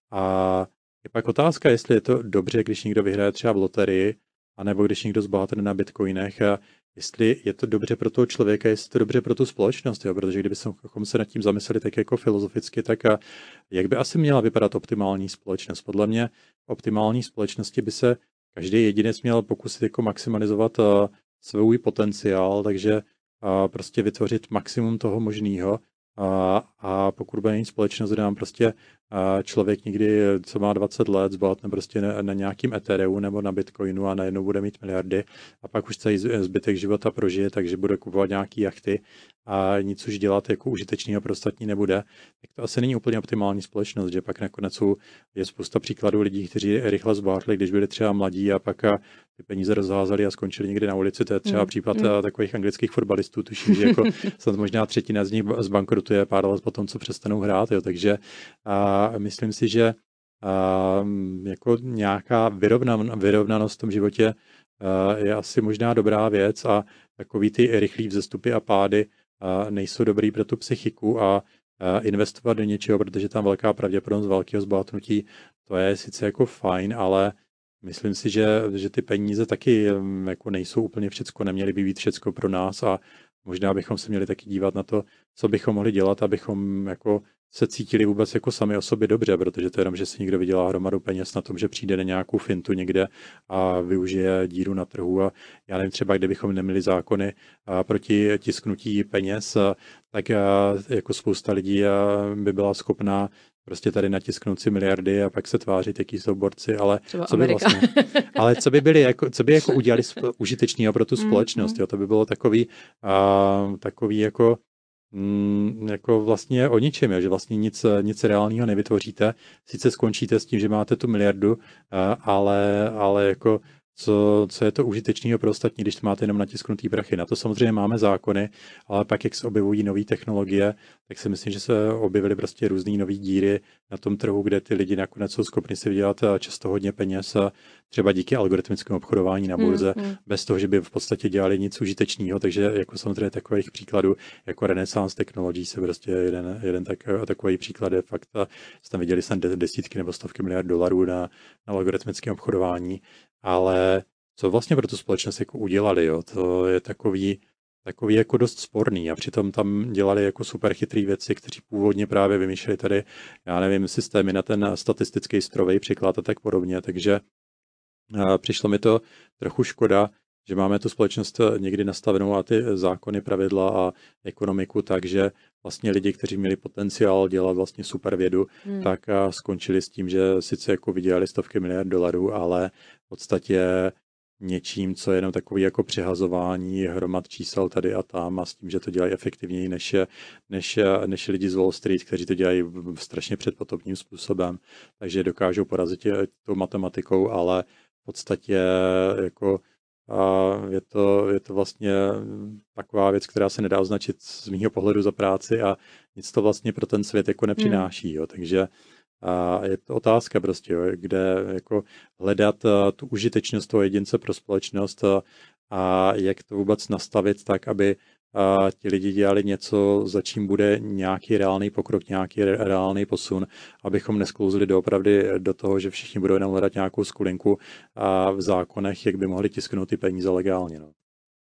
A je pak otázka, jestli je to dobře, když někdo vyhraje třeba v loterii, anebo když někdo zbohatne na bitcoinech, a jestli je to dobře pro toho člověka, jestli je to dobře pro tu společnost, jo? Protože kdybychom se nad tím zamysleli tak jako filozoficky, tak a jak by asi měla vypadat optimální společnost? Podle mě v optimální společnosti by se každý jedinec měl pokusit jako maximalizovat svůj potenciál, takže a prostě vytvořit maximum toho možného. A, a pokud bude mít společnost, kde nám prostě člověk někdy, co má dvacet let, zbohatne prostě na, na nějakým Ethereu nebo na Bitcoinu a najednou bude mít miliardy a pak už celý zbytek života prožije, takže bude kupovat nějaký jachty a nic už dělat jako užitečného pro ostatní nebude, tak to asi není úplně optimální společnost, že pak nakonec je spousta příkladů lidí, kteří rychle zbohatli, když byli třeba mladí a pak a ty peníze rozházeli a skončili někdy na ulici. To je třeba mm. případ mm. takových anglických fotbalistů, tuším, že jako snad možná třetina z nich zbankrutuje pár let potom, co přestanou hrát, jo, takže a myslím si, že a, jako nějaká vyrovnan, vyrovnanost v tom životě a, je asi možná dobrá věc a takový ty rychlý vzestupy a pády a, nejsou dobrý pro tu psychiku a, a investovat do něčeho, protože tam velká pravděpodobnost velkého zbohatnutí, to je sice jako fajn, ale myslím si, že, že ty peníze taky jako nejsou úplně všecko, neměly by být všecko pro nás a možná bychom se měli taky dívat na to, co bychom mohli dělat, abychom jako se cítili vůbec jako sami o sobě dobře, protože to je jenom, že si někdo vydělá hromadu peněz na tom, že přijde na nějakou fintu někde a využije díru na trhu a já nevím, třeba kdybychom neměli zákony proti tisknutí peněz, tak jako spousta lidí by byla schopná prostě tady natisknout si miliardy a pak se tvářit, jaký jsou borci, ale
třeba
co by
Amerika.
vlastně, ale co by byli jako, co by jako udělali užitečného pro tu společnost, jo, to by bylo takový, a, takový jako Mm, jako vlastně o ničem, je, že vlastně nic, nic reálného nevytvoříte. Sice skončíte s tím, že máte tu miliardu, ale, ale jako co, co je to užitečného pro ostatní, když máte jenom natisknutý prachy. Na to samozřejmě máme zákony, ale pak, jak se objevují nové technologie, tak si myslím, že se objevily prostě různé nové díry na tom trhu, kde ty lidi nakonec jsou schopni si vydělat často hodně peněz, třeba díky algoritmickému obchodování na burze, hmm, hmm. bez toho, že by v podstatě dělali nic užitečného. Takže jako samozřejmě takových příkladů, jako Renaissance Technologies se prostě jeden, jeden tak, takový příklad je fakt, že tam viděli snad desítky nebo stovky miliard dolarů na, na algoritmickém obchodování. Ale co vlastně pro tu společnost jako udělali, jo, to je takový, takový jako dost sporný a přitom tam dělali jako super chytrý věci, kteří původně právě vymýšleli tady, já nevím, systémy na ten statistický strojový příklad a tak podobně, takže přišlo mi to trochu škoda, že máme tu společnost někdy nastavenou a ty zákony, pravidla a ekonomiku, takže vlastně lidi, kteří měli potenciál dělat vlastně super vědu, hmm. tak skončili s tím, že sice jako vydělali stovky miliard dolarů, ale v podstatě něčím, co je jenom takový jako přehazování hromad čísel tady a tam a s tím, že to dělají efektivněji než, než, než lidi z Wall Street, kteří to dělají strašně předpotopním způsobem, takže dokážou porazit tou matematikou, ale v podstatě jako a je to, je to vlastně taková věc, která se nedá označit z mýho pohledu za práci a nic to vlastně pro ten svět jako nepřináší. Jo. Takže a je to otázka prostě, jo, kde jako hledat tu užitečnost toho jedince pro společnost a, a jak to vůbec nastavit tak, aby a ti lidi dělali něco, za čím bude nějaký reálný pokrok, nějaký reálný posun, abychom nesklouzli doopravdy do toho, že všichni budou jenom hledat nějakou skulinku a v zákonech, jak by mohli tisknout ty peníze legálně. No.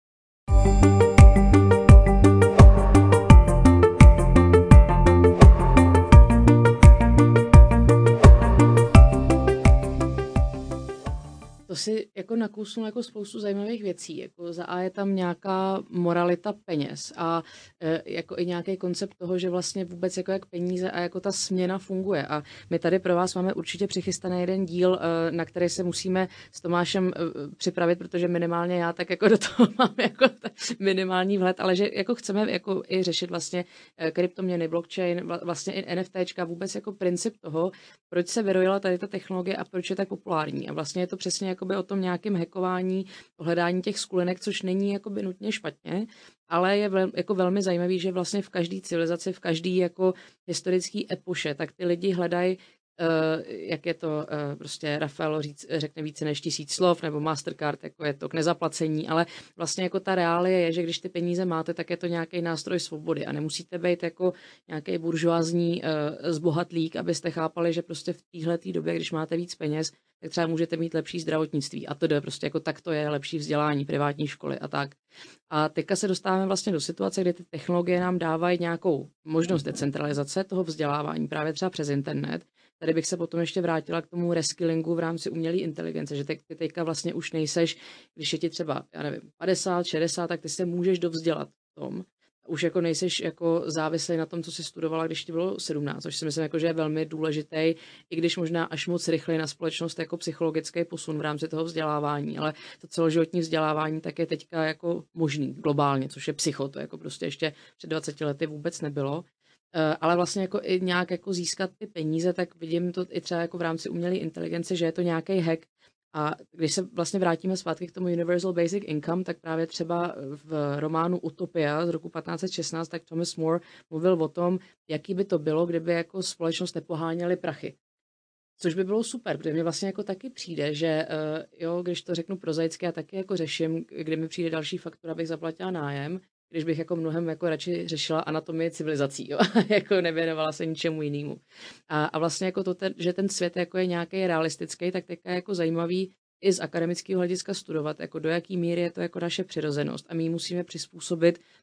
To si jako nakousnul jako spoustu zajímavých věcí. Jako za A je tam nějaká moralita peněz a e, jako i nějaký koncept toho, že vlastně vůbec jako jak peníze a jako ta směna funguje. A my tady pro vás máme určitě přichystaný jeden díl, e, na který se musíme s Tomášem e, připravit, protože minimálně já tak jako do toho mám jako minimální vhled, ale že jako chceme jako i řešit vlastně e, kryptoměny, blockchain, vlastně i NFTčka, vůbec jako princip toho, proč se vyrojila tady ta technologie a proč je tak populární. A vlastně je to přesně jakoby o tom nějakém hackování, o hledání těch skulinek, což není jakoby nutně špatně, ale je vel, jako velmi zajímavý, že vlastně v každé civilizaci, v každé jako historické epoše, tak ty lidi hledají, uh, jak je to uh, prostě Rafael říct, řekne více než tisíc slov, nebo Mastercard, jako je to k nezaplacení, ale vlastně jako ta reálie je, že když ty peníze máte, tak je to nějaký nástroj svobody a nemusíte být jako nějaký buržoázní uh, zbohatlík, abyste chápali, že prostě v téhletý době, když máte víc peněz, tak třeba můžete mít lepší zdravotnictví a to jde prostě jako tak to je, lepší vzdělání, privátní školy a tak. A teďka se dostáváme vlastně do situace, kde ty technologie nám dávají nějakou možnost decentralizace toho vzdělávání právě třeba přes internet. Tady bych se potom ještě vrátila k tomu reskillingu v rámci umělé inteligence, že ty teďka vlastně už nejseš, když je ti třeba, já nevím, padesát, šedesát, tak ty se můžeš dovzdělat v tom. Už jako nejseš jako závislý na tom, co jsi studovala, když ti bylo sedmnáct, což si myslím, jako, že je velmi důležitý, i když možná až moc rychleji na společnost jako psychologický posun v rámci toho vzdělávání, ale to celoživotní vzdělávání tak je teďka jako možný globálně, což je psycho, to jako prostě ještě před dvaceti lety vůbec nebylo. Ale vlastně jako i nějak jako získat ty peníze, tak vidím to i třeba jako v rámci umělé inteligence, že je to nějaký hack. A když se vlastně vrátíme zpátky k tomu Universal Basic Income, tak právě třeba v románu Utopia z roku patnáct set šestnáct, tak Thomas More mluvil o tom, jaký by to bylo, kdyby jako společnost nepoháněly prachy. Což by bylo super, protože mi vlastně jako taky přijde, že jo, když to řeknu prozaicky, já taky jako řeším, kdy mi přijde další faktura, abych zaplatila nájem, když bych jako mnohem jako radši řešila anatomii civilizací, jo? Jako nevěnovala se ničemu jinému. A, a vlastně jako to, ten, že ten svět jako je nějaký realistický, tak teďka je jako zajímavý i z akademického hlediska studovat, jako do jaký míry je to jako naše přirozenost a my ji musíme přizpůsobit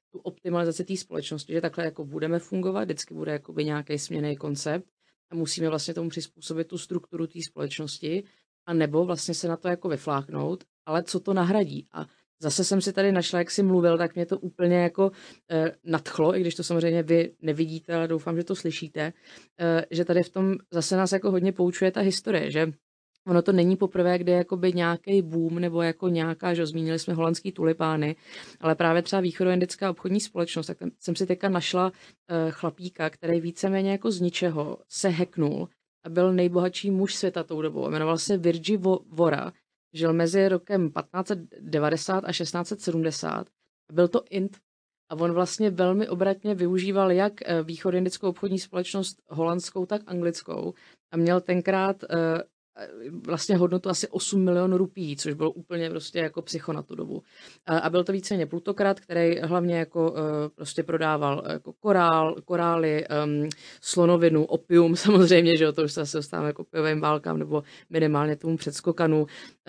tu optimalizaci té společnosti, že takhle jako budeme fungovat, vždycky bude jakoby nějaký směnný koncept a musíme vlastně tomu přizpůsobit tu strukturu té společnosti, a nebo vlastně se na to jako vyfláknout, ale co to nahradí. A zase jsem si tady našla, jak jsi mluvil, tak mě to úplně jako eh, nadchlo, i když to samozřejmě vy nevidíte, ale doufám, že to slyšíte, eh, že tady v tom zase nás jako hodně poučuje ta historie, že ono to není poprvé, kde jakoby nějaký boom nebo jako nějaká, že zmínili jsme holandský tulipány, ale právě třeba východoindická obchodní společnost, tak tam jsem si teďka našla uh, chlapíka, který víceméně jako z ničeho se hacknul a byl nejbohatší muž světa tou dobou. Jmenoval se Virgi Vora, žil mezi rokem patnáct set devadesát a šestnáct set sedmdesát. Byl to int a on vlastně velmi obratně využíval jak východoindickou obchodní společnost holandskou, tak anglickou a měl tenkrát uh, vlastně hodnotu asi osm milionů rupií, což bylo úplně prostě jako psycho na tu dobu. A byl to víceméně plutokrat, který hlavně jako prostě prodával jako korál, korály, um, slonovinu, opium samozřejmě, že jo, to už se dostáváme k opiovým válkám nebo minimálně tomu předskokanu,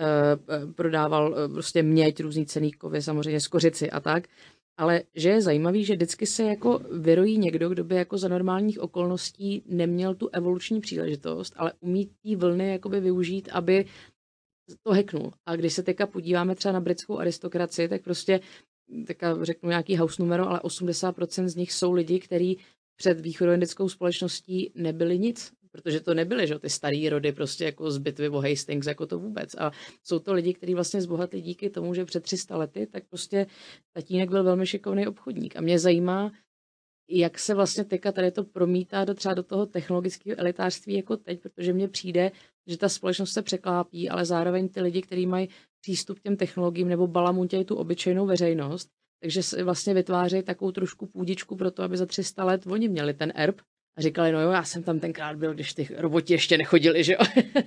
uh, prodával prostě měď, různý cenný kovy, samozřejmě skořici a tak. Ale že je zajímavý, že vždycky se jako vyrojí někdo, kdo by jako za normálních okolností neměl tu evoluční příležitost, ale umí té vlny jakoby využít, aby to hacknul. A když se teďka podíváme třeba na britskou aristokracii, tak prostě, teďka řeknu nějaký house numero, ale osmdesát procent z nich jsou lidi, kteří před východoindickou společností nebyli nic. Protože to nebyly, že ty starý rody prostě jako z bitvy o Hastings, jako to vůbec. A jsou to lidi, kteří vlastně zbohatli díky tomu, že před tři sta lety, tak prostě tatínek byl velmi šikovný obchodník. A mě zajímá, jak se vlastně teďka tady to promítá do třeba do toho technologického elitářství jako teď, protože mně přijde, že ta společnost se překlápí, ale zároveň ty lidi, kteří mají přístup k těm technologiím nebo balamutějí tu obyčejnou veřejnost, takže se vlastně vytvářejí takovou trošku půdičku pro to, aby za tři sta let oni měli ten erb a říkali, no jo, já jsem tam tenkrát byl, když ty roboti ještě nechodili, že jo.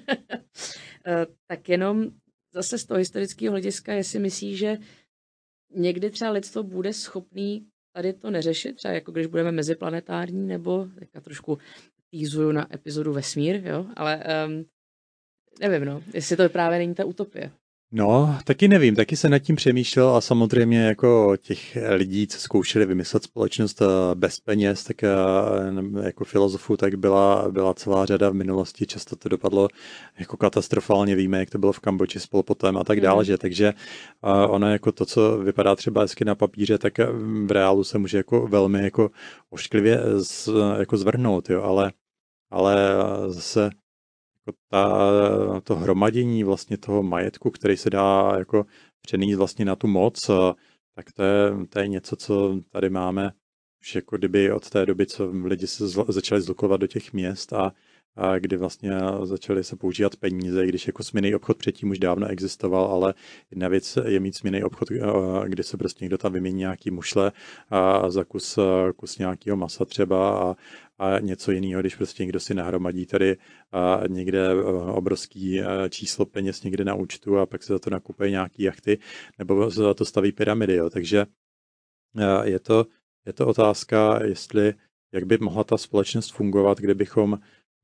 Tak jenom zase z toho historického hlediska, jestli myslíš, že někdy třeba lidstvo bude schopný tady to neřešit, třeba jako když budeme meziplanetární, nebo teďka trošku týzuju na epizodu Vesmír, jo, ale um, nevím, no, jestli to právě není ta utopie.
No, taky nevím, taky se nad tím přemýšlel a samozřejmě jako těch lidí, co zkoušeli vymyslet společnost bez peněz, tak jako filozofů, tak byla, byla celá řada v minulosti, často to dopadlo jako katastrofálně, víme, jak to bylo v Kambodži s Pol Potem a tak dále, mm. že takže ono jako to, co vypadá třeba hezky na papíře, tak v reálu se může jako velmi jako ošklivě z, jako zvrhnout, jo, ale, ale zase jako ta, to hromadění vlastně toho majetku, který se dá jako přenést vlastně na tu moc, tak to je, to je něco, co tady máme už jako kdyby od té doby, co lidi se zl- začali zlukovat do těch měst a, a kdy vlastně začali se používat peníze, když jako směnný obchod předtím už dávno existoval, ale jedna věc je mít směnný obchod, kdy se prostě někdo tam vymění nějaký mušle a za kus, kus nějakého masa třeba a, a něco jiného, když prostě někdo si nahromadí tady a někde obrovský číslo peněz někde na účtu a pak se za to nakupuje nějaký jachty nebo za to staví pyramidy. Jo. Takže je to, je to otázka, jestli, jak by mohla ta společnost fungovat, kdybychom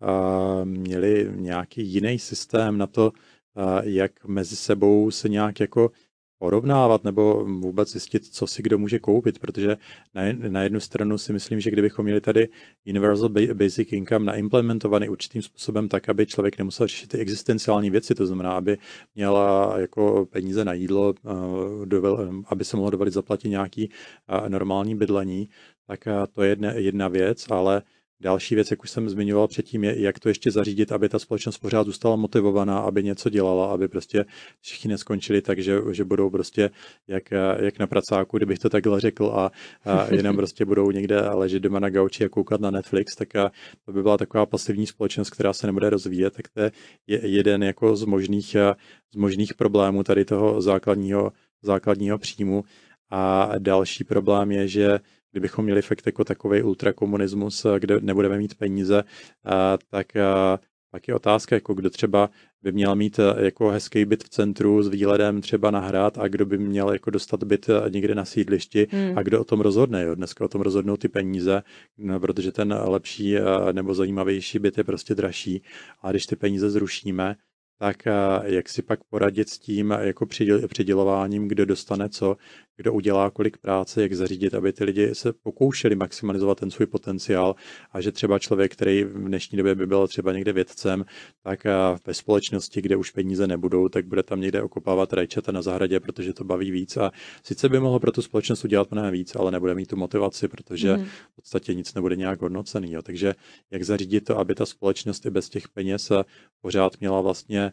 měli nějaký jiný systém na to, jak mezi sebou se nějak jako porovnávat nebo vůbec zjistit, co si kdo může koupit, protože na jednu stranu si myslím, že kdybychom měli tady Universal Basic Income naimplementovaný určitým způsobem tak, aby člověk nemusel řešit ty existenciální věci, to znamená, aby měla jako peníze na jídlo, aby se mohlo dovolit zaplatit nějaký normální bydlení, tak to je jedna, jedna věc, ale další věc, jak už jsem zmiňoval předtím, je, jak to ještě zařídit, aby ta společnost pořád zůstala motivovaná, aby něco dělala, aby prostě všichni neskončili tak, že, že budou prostě jak, jak na pracáku, kdybych to takhle řekl, a, a jenom prostě budou někde ležet doma na gauči a koukat na Netflix, tak a to by byla taková pasivní společnost, která se nebude rozvíjet, tak to je jeden jako z možných, z možných problémů tady toho základního, základního příjmu. A další problém je, že kdybychom měli fakt jako takový ultrakomunismus, kde nebudeme mít peníze, tak pak je otázka, jako kdo třeba by měl mít jako hezký byt v centru s výhledem třeba na hrad a kdo by měl jako dostat byt někde na sídlišti hmm. a kdo o tom rozhodne. Jo? Dneska o tom rozhodnou ty peníze, no, protože ten lepší nebo zajímavější byt je prostě dražší. A když ty peníze zrušíme, tak jak si pak poradit s tím jako přidělováním, kdo dostane co, kdo udělá kolik práce, jak zařídit, aby ty lidi se pokoušeli maximalizovat ten svůj potenciál a že třeba člověk, který v dnešní době by byl třeba někde vědcem, tak ve společnosti, kde už peníze nebudou, tak bude tam někde okopávat rajčata na zahradě, protože to baví víc a sice by mohlo pro tu společnost udělat mnohem víc, ale nebude mít tu motivaci, protože mm. v podstatě nic nebude nějak hodnocený. Jo. Takže jak zařídit to, aby ta společnost i bez těch peněz pořád měla vlastně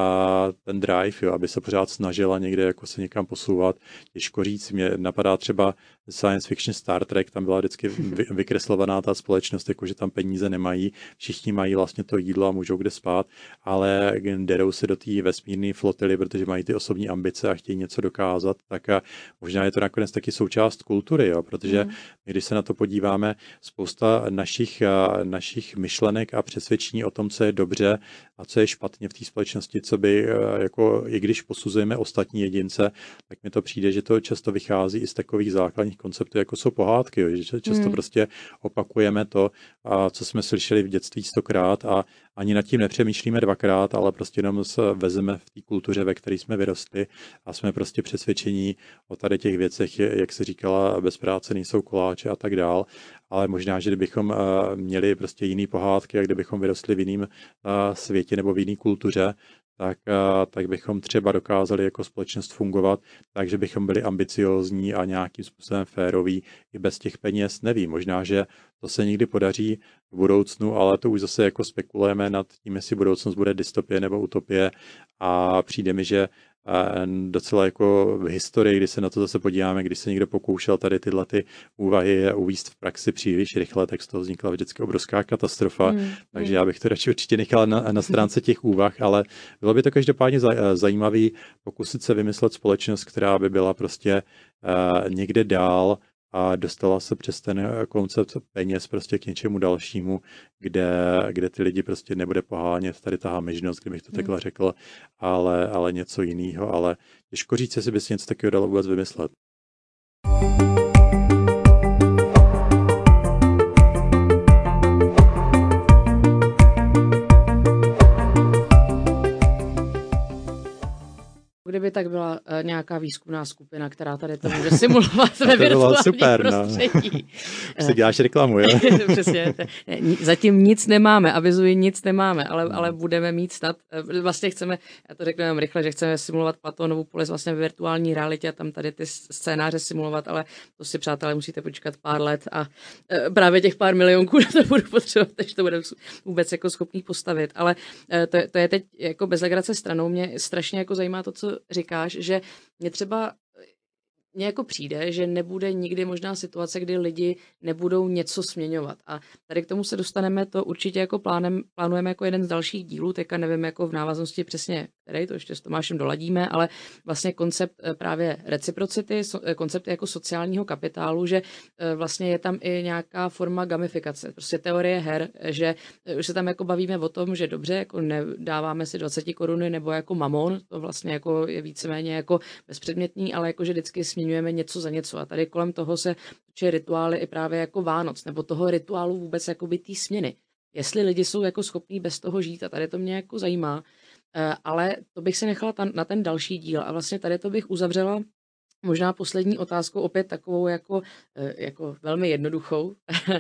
a ten drive, jo, aby se pořád snažila někde jako se někam posouvat. Těžko říct, mě napadá třeba science fiction Star Trek, tam byla vždycky vykreslovaná ta společnost, jako že tam peníze nemají, všichni mají vlastně to jídlo a můžou kde spát, ale derou se do té vesmírné flotily, protože mají ty osobní ambice a chtějí něco dokázat, tak a možná je to nakonec taky součást kultury, jo, protože mm. když se na to podíváme, spousta našich, našich myšlenek a přesvědčení o tom, co je dobře a co je špatně v té společnosti, co by, jako, i když posuzujeme ostatní jedince, tak mi to přijde, že to často vychází i z takových základních konceptů, jako jsou pohádky, jo, že často hmm. prostě opakujeme to, a co jsme slyšeli v dětství stokrát a ani nad tím nepřemýšlíme dvakrát, ale prostě jenom se vezeme v té kultuře, ve které jsme vyrostli a jsme prostě přesvědčení o tady těch věcech, jak se říkala, bez práce nejsou koláče a tak dál. Ale možná, že kdybychom měli prostě jiný pohádky a kdybychom vyrostli v jiném světě nebo v jiné kultuře, tak, tak bychom třeba dokázali jako společnost fungovat, takže bychom byli ambiciózní a nějakým způsobem féroví i bez těch peněz. Nevím, možná, že to se někdy podaří v budoucnu, ale to už zase jako spekulujeme nad tím, jestli budoucnost bude dystopie nebo utopie a přijde mi, že docela jako v historii, kdy se na to zase podíváme, když se někdo pokoušel tady tyhle ty úvahy uvízt v praxi příliš rychle, tak z toho vznikla vždycky obrovská katastrofa, mm, takže mm. já bych to radši určitě nechal na, na stránce těch úvah, ale bylo by to každopádně zajímavý pokusit se vymyslet společnost, která by byla prostě uh, někde dál a dostala se přes ten koncept peněz prostě k něčemu dalšímu, kde, kde ty lidi prostě nebude pohánět tady ta hamižnost, kdybych to takhle řekl, ale, ale něco jiného, ale těžko říct, jestli by si něco takového dalo vůbec vymyslet.
Kdyby tak byla uh, nějaká výzkumná skupina, která tady to může simulovat ve virtuálním prostředí.
Už si děláš reklamu, jo?
Přesně. Zatím nic nemáme, avizuji, nic nemáme, ale, ale budeme mít snad, vlastně chceme, já to řeknu jenom rychle, že chceme simulovat Platonovu polis vlastně ve virtuální realitě a tam tady ty scénáře simulovat, ale to si, přátelé, musíte počkat pár let a uh, právě těch pár milionků na to budu potřebovat, takže to budeme vůbec jako schopný postavit, ale uh, to, to je teď jako bez legrace stranou, mě strašně jako zajímá to, co říkáš, že mě třeba mně jako přijde, že nebude nikdy možná situace, kdy lidi nebudou něco směňovat. A tady k tomu se dostaneme, to určitě jako plánem, plánujeme jako jeden z dalších dílů, teďka nevím jako v návaznosti přesně, který to ještě s Tomášem doladíme, ale vlastně koncept právě reciprocity, koncept jako sociálního kapitálu, že vlastně je tam i nějaká forma gamifikace, prostě teorie her, že už se tam jako bavíme o tom, že dobře, jako nedáváme si dvacet koruny nebo jako mamon, to vlastně jako je víceméně jako bezpředmětný, ale jako že vždycky směňujeme něco za něco a tady kolem toho se točí rituály i právě jako Vánoc, nebo toho rituálu vůbec jako by té směny. Jestli lidi jsou jako schopní bez toho žít a tady to mě jako zajímá, ale to bych si nechala na ten další díl a vlastně tady to bych uzavřela možná poslední otázkou opět takovou jako, jako velmi jednoduchou,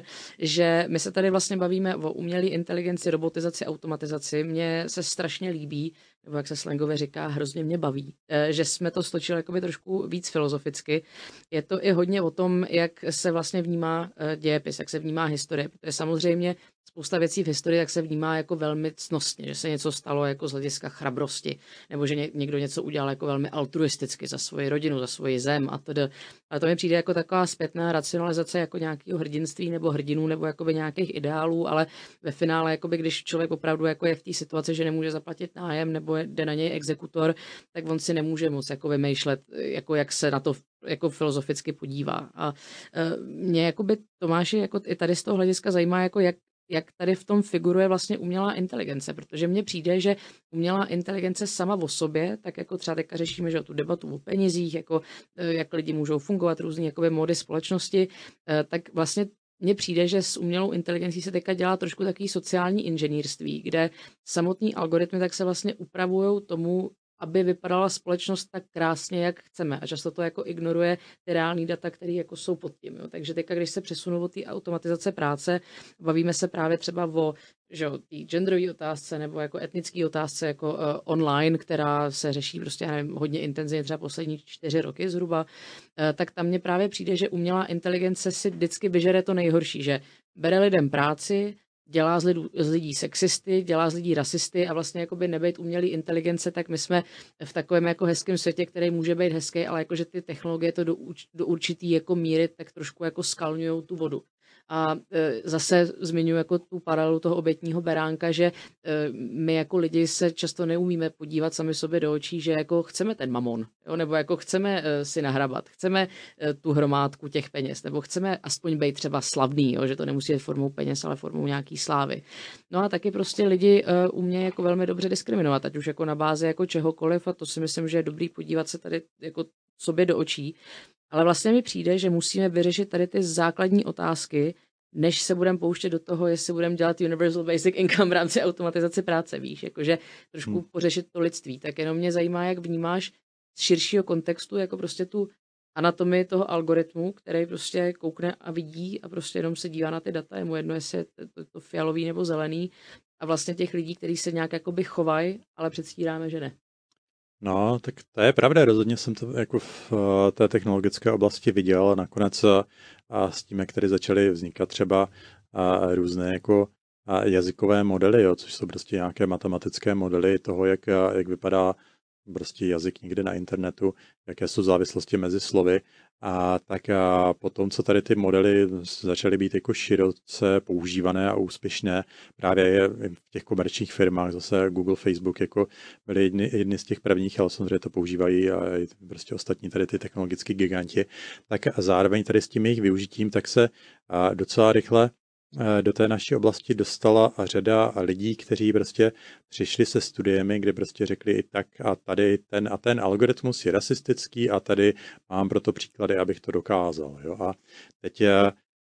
že my se tady vlastně bavíme o umělé inteligenci, robotizaci, automatizaci. Mně se strašně líbí, nebo jak se slangově říká, hrozně mě baví, že jsme to stočili jakoby trošku víc filozoficky. Je to i hodně o tom, jak se vlastně vnímá dějepis, jak se vnímá historie, protože samozřejmě spousta věcí v historii tak se vnímá jako velmi ctnostně, že se něco stalo jako z hlediska chrabrosti, nebo že někdo něco udělal jako velmi altruisticky za svoji rodinu, za svoji zem a tedy. Ale to mi přijde jako taková zpětná racionalizace jako nějakého hrdinství nebo hrdinů nebo jakoby nějakých ideálů, ale ve finále, jakoby, když člověk opravdu jako je v té situaci, že nemůže zaplatit nájem nebo jde na něj exekutor, tak on si nemůže moc jako vymýšlet, jako jak se na to jako filozoficky podívá. A e, mě jakoby Tomáši jako i tady z toho hlediska zajímá, jako jak jak tady v tom figuruje vlastně umělá inteligence, protože mně přijde, že umělá inteligence sama o sobě, tak jako třeba teďka řešíme, že tu debatu o penězích, jako jak lidi můžou fungovat, různý jakoby mody společnosti, tak vlastně mně přijde, že s umělou inteligencí se teďka dělá trošku takový sociální inženýrství, kde samotný algoritmy tak se vlastně upravují tomu aby vypadala společnost tak krásně, jak chceme. A často to jako ignoruje ty reální data, které jako jsou pod tím. Jo. Takže teďka, když se přesunu od té automatizace práce, bavíme se právě třeba o té genderové otázce nebo jako etnické otázce jako uh, online, která se řeší prostě nevím, hodně intenzivně třeba poslední čtyři roky zhruba, uh, tak tam mně právě přijde, že umělá inteligence si vždycky vyžere to nejhorší, že bere lidem práci, dělá z, lidu, z lidí sexisty, dělá z lidí rasisty a vlastně jakoby nebejt umělý inteligence, tak my jsme v takovém jako hezkém světě, který může být hezký, ale jakože ty technologie to do, do určitý jako míry tak trošku jako skalňujou tu vodu. A e, zase zmiňuji jako tu paralelu toho obětního beránka, že e, my jako lidi se často neumíme podívat sami sobě do očí, že jako chceme ten mamon, jo? Nebo jako chceme e, si nahrabat, chceme e, tu hromádku těch peněz, nebo chceme aspoň být třeba slavný, jo? Že to nemusí být formou peněz, ale formou nějaký slávy. No a taky prostě lidi e, umějí jako velmi dobře diskriminovat, ať už jako na bázi jako čehokoliv, a to si myslím, že je dobrý podívat se tady jako sobě do očí. Ale vlastně mi přijde, že musíme vyřešit tady ty základní otázky, než se budeme pouštět do toho, jestli budeme dělat Universal Basic Income v rámci automatizace práce, víš, jakože trošku hmm. pořešit to lidství. Tak jenom mě zajímá, jak vnímáš z širšího kontextu, jako prostě tu anatomii toho algoritmu, který prostě koukne a vidí a prostě jenom se dívá na ty data, je mu jedno, jestli je to, to fialový nebo zelený, a vlastně těch lidí, kteří se nějak jakoby chovají, ale předstíráme, že ne.
No, tak to je pravda, rozhodně jsem to jako v té technologické oblasti viděl a nakonec a s tím, jak tady začaly vznikat třeba a různé jako a jazykové modely, jo, což jsou prostě nějaké matematické modely toho, jak, jak vypadá prostě jazyk někde na internetu, jaké jsou závislosti mezi slovy. A tak a potom, co tady ty modely začaly být jako široce používané a úspěšné, právě v těch komerčních firmách, zase Google, Facebook, jako byly jedny, jedny z těch prvních, ale samozřejmě to používají a prostě ostatní tady ty technologické giganti, tak a zároveň tady s tím jejich využitím, tak se docela rychle do té naší oblasti dostala řada lidí, kteří prostě přišli se studiemi, kde prostě řekli i tak a tady ten a ten algoritmus je rasistický a tady mám proto příklady, abych to dokázal. Jo? A teď je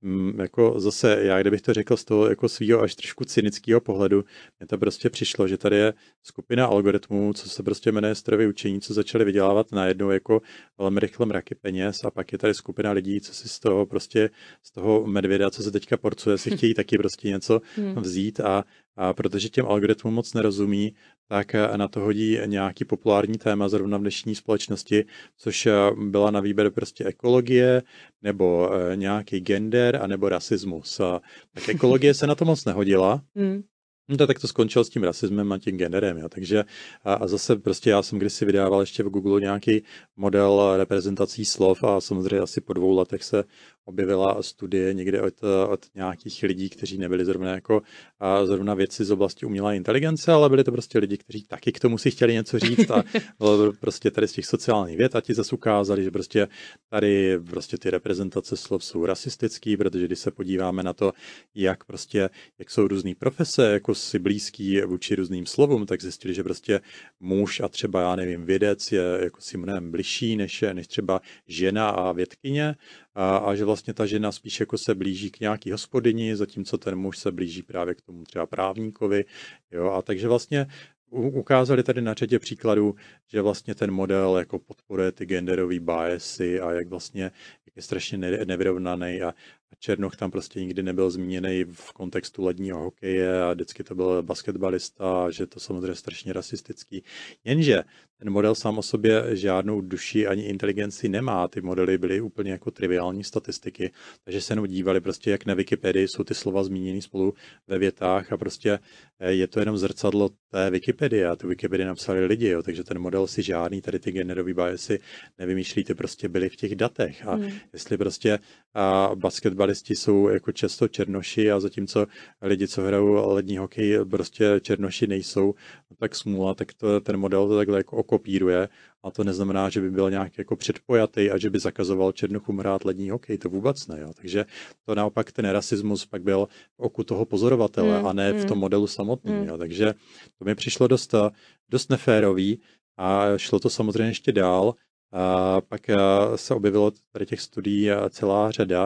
jako zase, já kdybych to řekl z toho jako svýho až trošku cynického pohledu, mně to prostě přišlo, že tady je skupina algoritmů, co se prostě jmenuje strojové učení, co začaly vydělávat najednou jako velmi rychle mraky peněz, a pak je tady skupina lidí, co si z toho prostě z toho medvěda, co se teďka porcuje, si chtějí taky prostě něco vzít, a, a protože těm algoritmům moc nerozumí, tak na to hodí nějaký populární téma zrovna v dnešní společnosti, což byla na výběr prostě ekologie, nebo nějaký gender, anebo rasismus. A tak ekologie se na to moc nehodila. Mm. No to tak to skončilo s tím rasismem a tím genderem. Jo. Takže a, a zase prostě já jsem kdysi vydával ještě v Google nějaký model reprezentací slov a samozřejmě asi po dvou letech se objevila studie někde od, od nějakých lidí, kteří nebyli zrovna jako a zrovna vědci z oblasti umělé inteligence, ale byli to prostě lidi, kteří taky k tomu si chtěli něco říct, a prostě tady z těch sociálních věd a ti zase ukázali, že prostě tady prostě ty reprezentace slov jsou rasistický, protože když se podíváme na to, jak prostě, jak jsou různý profese, jako si blízký vůči různým slovům, tak zjistili, že prostě muž a třeba, já nevím, vědec je jako si mnohem bližší než, než třeba žena a vědkyně, a, a že vlastně ta žena spíš jako se blíží k nějaký hospodyni, zatímco ten muž se blíží právě k tomu třeba právníkovi. Jo? A takže vlastně ukázali tady na řadě příkladů, že vlastně ten model jako podporuje ty genderové biasy a jak vlastně jak je strašně nevyrovnaný, a Černoch tam prostě nikdy nebyl zmíněný v kontextu ledního hokeje a vždycky to byl basketbalista, že to samozřejmě strašně rasistický. Jenže ten model sám o sobě žádnou duši ani inteligenci nemá. Ty modely byly úplně jako triviální statistiky, takže se jenom dívali prostě, jak na Wikipedii jsou ty slova zmíněny spolu ve větách, a prostě je to jenom zrcadlo té Wikipedie, a tu Wikipedii napsali lidi, jo, takže ten model si žádný tady ty genderový biasy nevymýšlí, ty prostě byly v těch datech. A hmm. jestli prostě a basketbalisti jsou jako často černoši, a zatímco lidi, co hrajou lední hokej, prostě černoši nejsou, tak smůla, tak to, ten model to takhle jako okopíruje, a to neznamená, že by byl nějak jako předpojatý a že by zakazoval Černochům hrát lední hokej, to vůbec ne. Jo. Takže to naopak ten rasismus pak byl v oku toho pozorovatele mm, a ne mm. v tom modelu samotným. Mm. Jo. Takže to mi přišlo dost, dost neférový, a šlo to samozřejmě ještě dál. A pak se objevilo tady těch studií celá řada,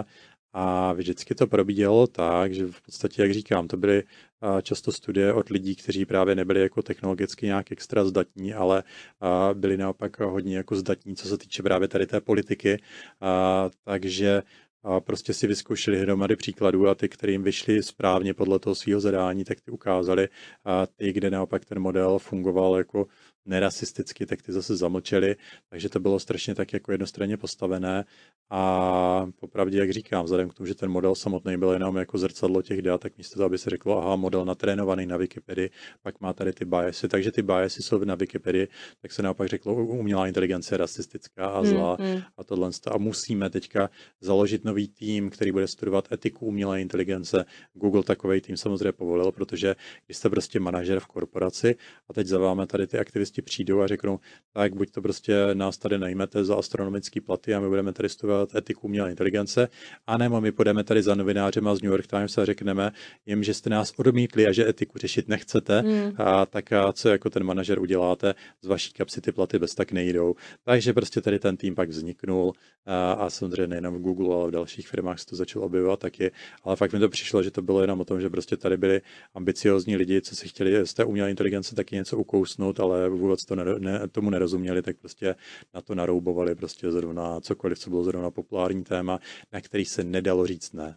A vždycky to probíhalo tak, že v podstatě, jak říkám, to byly často studie od lidí, kteří právě nebyli jako technologicky nějak extra zdatní, ale byli naopak hodně jako zdatní, co se týče právě tady té politiky. Takže a prostě si vyzkoušeli hromady příkladů a ty, kterým vyšli správně podle toho svého zadání, tak ty ukázali a ty, kde naopak ten model fungoval jako nerasisticky, tak ty zase zamlčeli, takže to bylo strašně tak jako jednostranně postavené a popravdě, jak říkám, vzhledem k tomu, že ten model samotný byl jenom jako zrcadlo těch dat, tak místo toho, aby se řeklo, aha, model natrénovaný na Wikipedii, pak má tady ty biasy, takže ty biasy jsou na Wikipedii, tak se naopak řeklo, umělá inteligence je rasistická a zlá hmm, hmm. a tohle a musíme teďka založit nový tým, který bude studovat etiku umělé inteligence. Google takovej tým samozřejmě povolil, protože když jste prostě manažer v korporaci a teď za vámi tady ty aktivisti přijdou a řeknou, tak buď to prostě nás tady najmete za astronomický platy a my budeme tady studovat etiku umělé inteligence, anebo my půjdeme tady za novinářem z New York Times a řekneme jim, že jste nás odmítli a že etiku řešit nechcete, mm. a tak a co jako ten manažer uděláte, z vaší kapsy ty platy bez tak nejdou. Takže prostě tady ten tým pak vzniknul a, a samozřejmě nejenom v Google, ale v dalších firmách se to začalo objevovat taky, ale fakt mi to přišlo, že to bylo jenom o tom, že prostě tady byli ambiciózní lidi, co si chtěli z té umělé inteligence taky něco ukousnout, ale vůbec to ne, ne, tomu nerozuměli, tak prostě na to naroubovali prostě zrovna cokoliv, co bylo zrovna populární téma, na který se nedalo říct ne.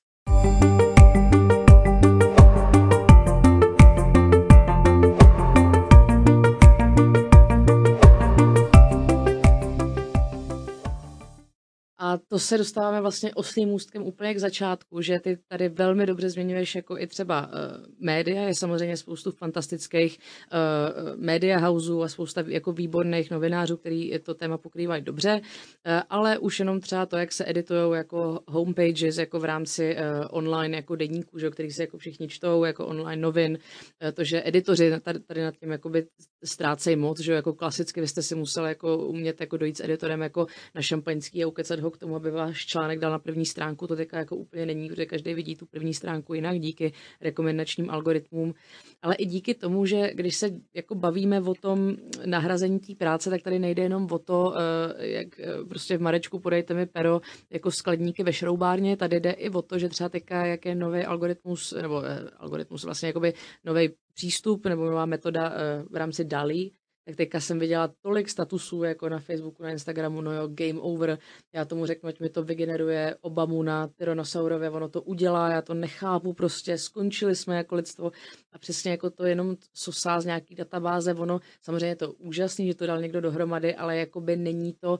A to se dostáváme vlastně oslím můstkem úplně k začátku, že ty tady velmi dobře zmiňuješ jako i třeba uh, média, je samozřejmě spoustu fantastických uh, media houseů a spousta jako výborných novinářů, který to téma pokrývají dobře, uh, ale už jenom třeba to, jak se editujou jako homepages, jako v rámci uh, online jako deníků, že, který se jako všichni čtou, jako online novin, uh, to, že editoři tady, tady nad tím jakoby ztrácejí moc, že jako klasicky vy jste si museli jako umět jako dojít s editorem jako na šampaňský a ukecat ho k tomu, aby váš článek dal na první stránku, to teďka jako úplně není, protože každý vidí tu první stránku jinak díky rekomendačním algoritmům, ale i díky tomu, že když se jako bavíme o tom nahrazení té práce, tak tady nejde jenom o to, jak prostě v Marečku podejte mi pero jako skladníky ve šroubárně, tady jde i o to, že třeba teďka jak je nový algoritmus, nebo algoritmus vlastně jakoby nový přístup nebo nová metoda v rámci D A L L-E, tak teďka jsem viděla tolik statusů jako na Facebooku, na Instagramu, no jo, game over, já tomu řeknu, ať mi to vygeneruje Obamu na Tyrannosaurově, ono to udělá, já to nechápu prostě, skončili jsme jako lidstvo a přesně jako to jenom sosá z nějaký databáze, ono samozřejmě je to úžasný, že to dal někdo dohromady, ale jakoby není to,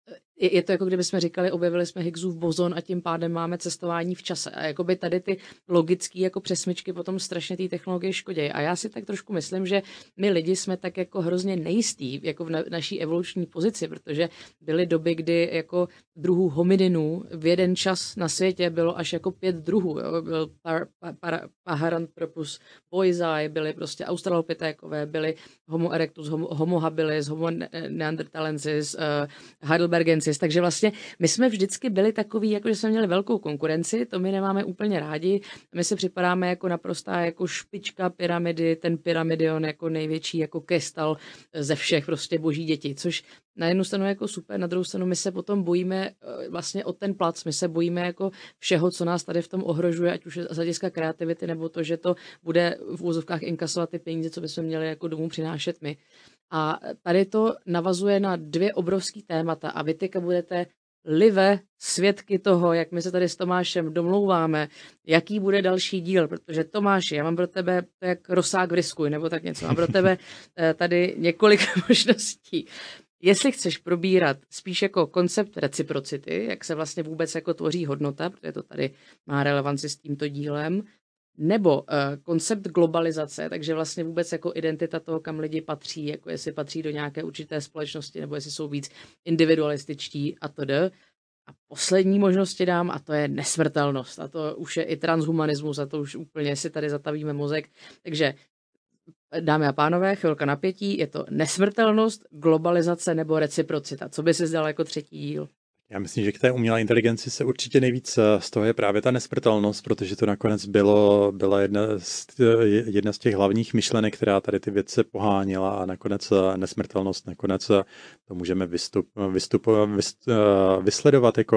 je to jako kdyby jsme říkali, objevili jsme Higgsův bozon a tím pádem máme cestování v čase. A jakoby tady ty logické jako přesmyčky potom strašně té technologie škodějí. A já si tak trošku myslím, že my lidi jsme tak jako hrozně nejistí jako v na, naší evoluční pozici, protože byly doby, kdy jako druhů homininů v jeden čas na světě bylo až jako pět druhů. Jo? Byl par, par, Paranthropus boisei, byly prostě australopitékové, byly Homo erectus, Homo, homo habilis, Homo neanderthalensis, uh, Heidelbergensis. Takže vlastně my jsme vždycky byli takový, jako že jsme měli velkou konkurenci, to my nemáme úplně rádi. My se připadáme jako naprostá jako špička pyramidy, ten pyramidion jako největší jako kestal ze všech prostě boží děti, což na jednu stranu jako super, na druhou stranu my se potom bojíme vlastně o ten plac, my se bojíme jako všeho, co nás tady v tom ohrožuje, ať už z hlediska kreativity, nebo to, že to bude v úvozovkách inkasovat ty peníze, co bychom měli jako domů přinášet my. A tady to navazuje na dvě obrovský témata a vy teďka budete live svědky toho, jak my se tady s Tomášem domlouváme, jaký bude další díl, protože Tomáši, já mám pro tebe to jak rosák v riskuj, nebo tak něco, mám pro tebe tady několik možností. Jestli chceš probírat spíš jako koncept reciprocity, jak se vlastně vůbec jako tvoří hodnota, protože to tady má relevanci s tímto dílem, nebo uh, koncept globalizace, takže vlastně vůbec jako identita toho, kam lidi patří, jako jestli patří do nějaké určité společnosti, nebo jestli jsou víc individualističtí a td. A poslední možnosti dám, a to je nesmrtelnost. A to už je i transhumanismus, a to už úplně si tady zatavíme mozek. Takže dámy a pánové, chvilka napětí, je to nesmrtelnost, globalizace nebo reciprocita. Co by si zdal jako třetí díl?
Já myslím, že k té umělé inteligenci se určitě nejvíc z toho je právě ta nesmrtelnost, protože to nakonec bylo, byla jedna z, jedna z těch hlavních myšlenek, která tady ty věci poháněla a nakonec nesmrtelnost, nakonec to můžeme vystup, vystup, vyst, vysledovat jako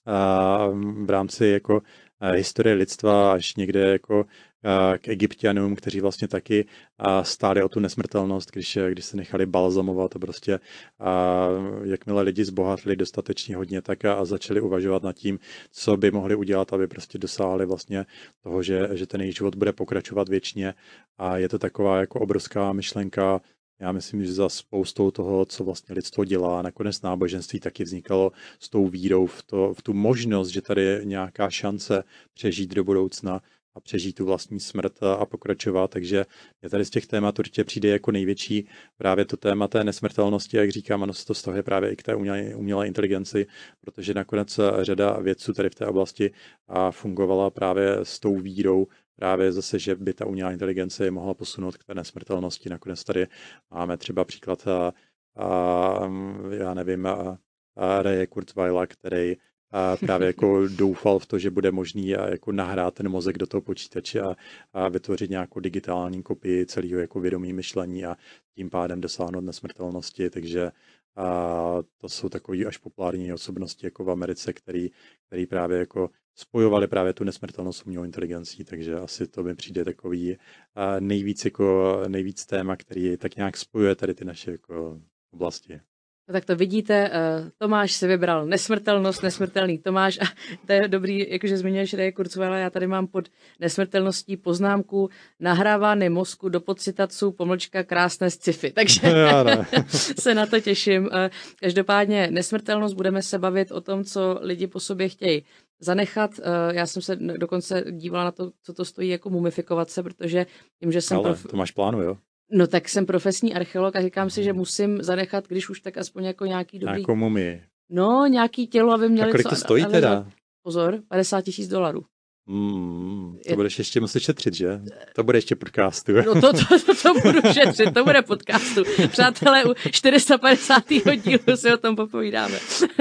v rámci jako historie lidstva až někde jako k Egypťanům, kteří vlastně taky stáli o tu nesmrtelnost, když, když se nechali balzamovat a prostě a jakmile lidi zbohatli dostatečně hodně, tak a, a začali uvažovat nad tím, co by mohli udělat, aby prostě dosáhli vlastně toho, že, že ten jejich život bude pokračovat věčně a je to taková jako obrovská myšlenka. Já myslím, že za spoustou toho, co vlastně lidstvo dělá, nakonec náboženství taky vznikalo s tou vírou v, to, v tu možnost, že tady je nějaká šance přežít do budoucna a přežít tu vlastní smrt a, a pokračovat. Takže mě tady z těch témat určitě přijde jako největší právě to téma té nesmrtelnosti, jak říkám, ano, se to vztahuje právě i k té umělé, umělé inteligenci, protože nakonec řada vědců tady v té oblasti a fungovala právě s tou vírou, právě zase, že by ta umělá inteligence je mohla posunout k té nesmrtelnosti. Nakonec tady máme třeba příklad, a, a, já nevím, a, a Raye Kurzweila, který a právě jako doufal v to, že bude možný a jako nahrát ten mozek do toho počítače a, a vytvořit nějakou digitální kopii celého jako vědomí myšlení a tím pádem dosáhnout nesmrtelnosti. Takže a to jsou takový až populární osobnosti jako v Americe, který, který právě jako spojovali právě tu nesmrtelnost umělou inteligencí, takže asi to mi přijde takový nejvíc, jako, nejvíc téma, který tak nějak spojuje tady ty naše jako oblasti.
No tak to vidíte, Tomáš si vybral nesmrtelnost, nesmrtelný Tomáš a to je dobrý, jakože zmiňuješ Raye Kurzweila, já tady mám pod nesmrtelností poznámku nahrávání mozku do podcitaců, pomlčka krásné sci-fi, takže se na to těším. Každopádně nesmrtelnost, budeme se bavit o tom, co lidi po sobě chtějí zanechat. Já jsem se dokonce dívala na to, co to stojí jako mumifikovat se, protože tím, že jsem...
Ale
prof...
to máš plánu, jo?
No tak jsem profesní archeolog a říkám si, že musím zanechat, když už tak aspoň jako nějaký dobrý...
Nějakou mumii.
No, nějaký tělo, aby měli...
A kolik to stojí ale, teda?
Pozor, padesát tisíc dolarů.
Mm, to je... budeš ještě muset šetřit, že? To bude ještě podcastu.
No to, to, to, to budu šetřit, to bude podcastu. Přátelé, u čtyři sta padesátého dílu si o tom popovídáme.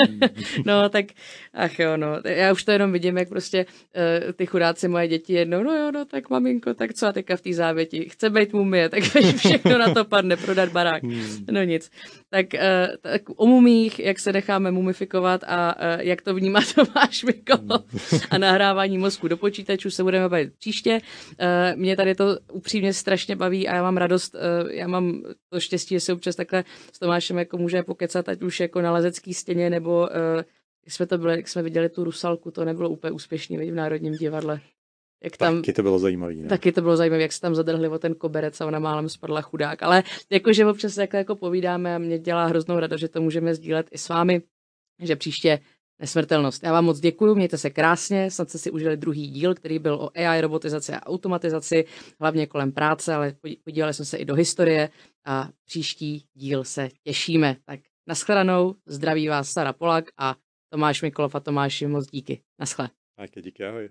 No tak, ach jo, no. Já už to jenom vidím, jak prostě uh, ty chudáci moje děti jednou, no jo, no tak maminko, tak co a teďka v té závěti, chce být mumie, tak všechno na to padne, prodat barák. No nic. Tak, uh, tak o mumích, jak se necháme mumifikovat a uh, jak to vnímá Tomáš Mikl a nahrávání mozku do počítačů se budeme bavit příště. Uh, mě tady to upřímně strašně baví a já mám radost, uh, já mám to štěstí, že si občas takhle s Tomášem jako můžeme pokecat, ať už jako na lezecký stěně, nebo uh, jak jsme to byli, jak jsme viděli tu Rusalku, to nebylo úplně úspěšný v Národním divadle. Jak tam,
taky to bylo zajímavé. Ne?
Taky to bylo zajímavé, jak se tam zadrhli o ten koberec a ona málem spadla chudák. Ale jakože občas takhle jako povídáme a mě dělá hroznou radost, že to můžeme sdílet i s vámi, že příště nesmrtelnost. Já vám moc děkuju, mějte se krásně, snad jste si užili druhý díl, který byl o A I, robotizaci a automatizaci, hlavně kolem práce, ale podívali jsme se i do historie a příští díl se těšíme. Tak nashledanou, zdraví vás Sara Polak a Tomáš Mikolov a Tomáši moc díky. Naschle.
Také díky, ahoj.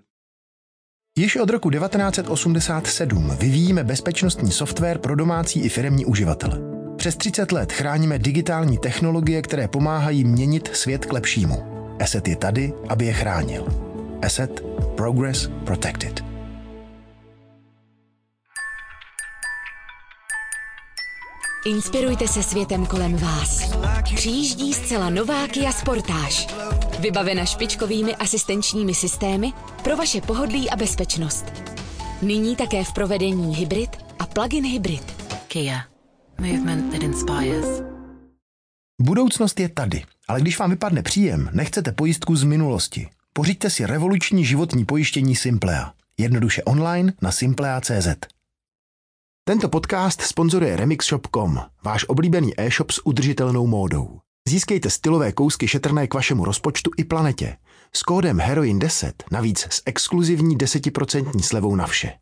Již od roku devatenáct set osmdesát sedm vyvíjíme bezpečnostní software pro domácí i firemní uživatele. Přes třicet let chráníme digitální technologie, které pomáhají měnit svět k lepšímu. Asset je tady, aby je chránil. Asset Progress Protected.
Inspirujte se světem kolem vás. Přijíždí zcela nová Kia Sportage. Vybavena špičkovými asistenčními systémy pro vaše pohodlí a bezpečnost. Nyní také v provedení hybrid a plug-in hybrid.
Kia. Movement that inspires.
Budoucnost je tady, ale když vám vypadne příjem, nechcete pojistku z minulosti. Pořiďte si revoluční životní pojištění Simplea. Jednoduše online na simplea tečka cé zet. Tento podcast sponzoruje remixshop tečka com, váš oblíbený e-shop s udržitelnou módou. Získejte stylové kousky šetrné k vašemu rozpočtu i planetě. S kódem Heroin deset navíc s exkluzivní desetiprocentní slevou na vše.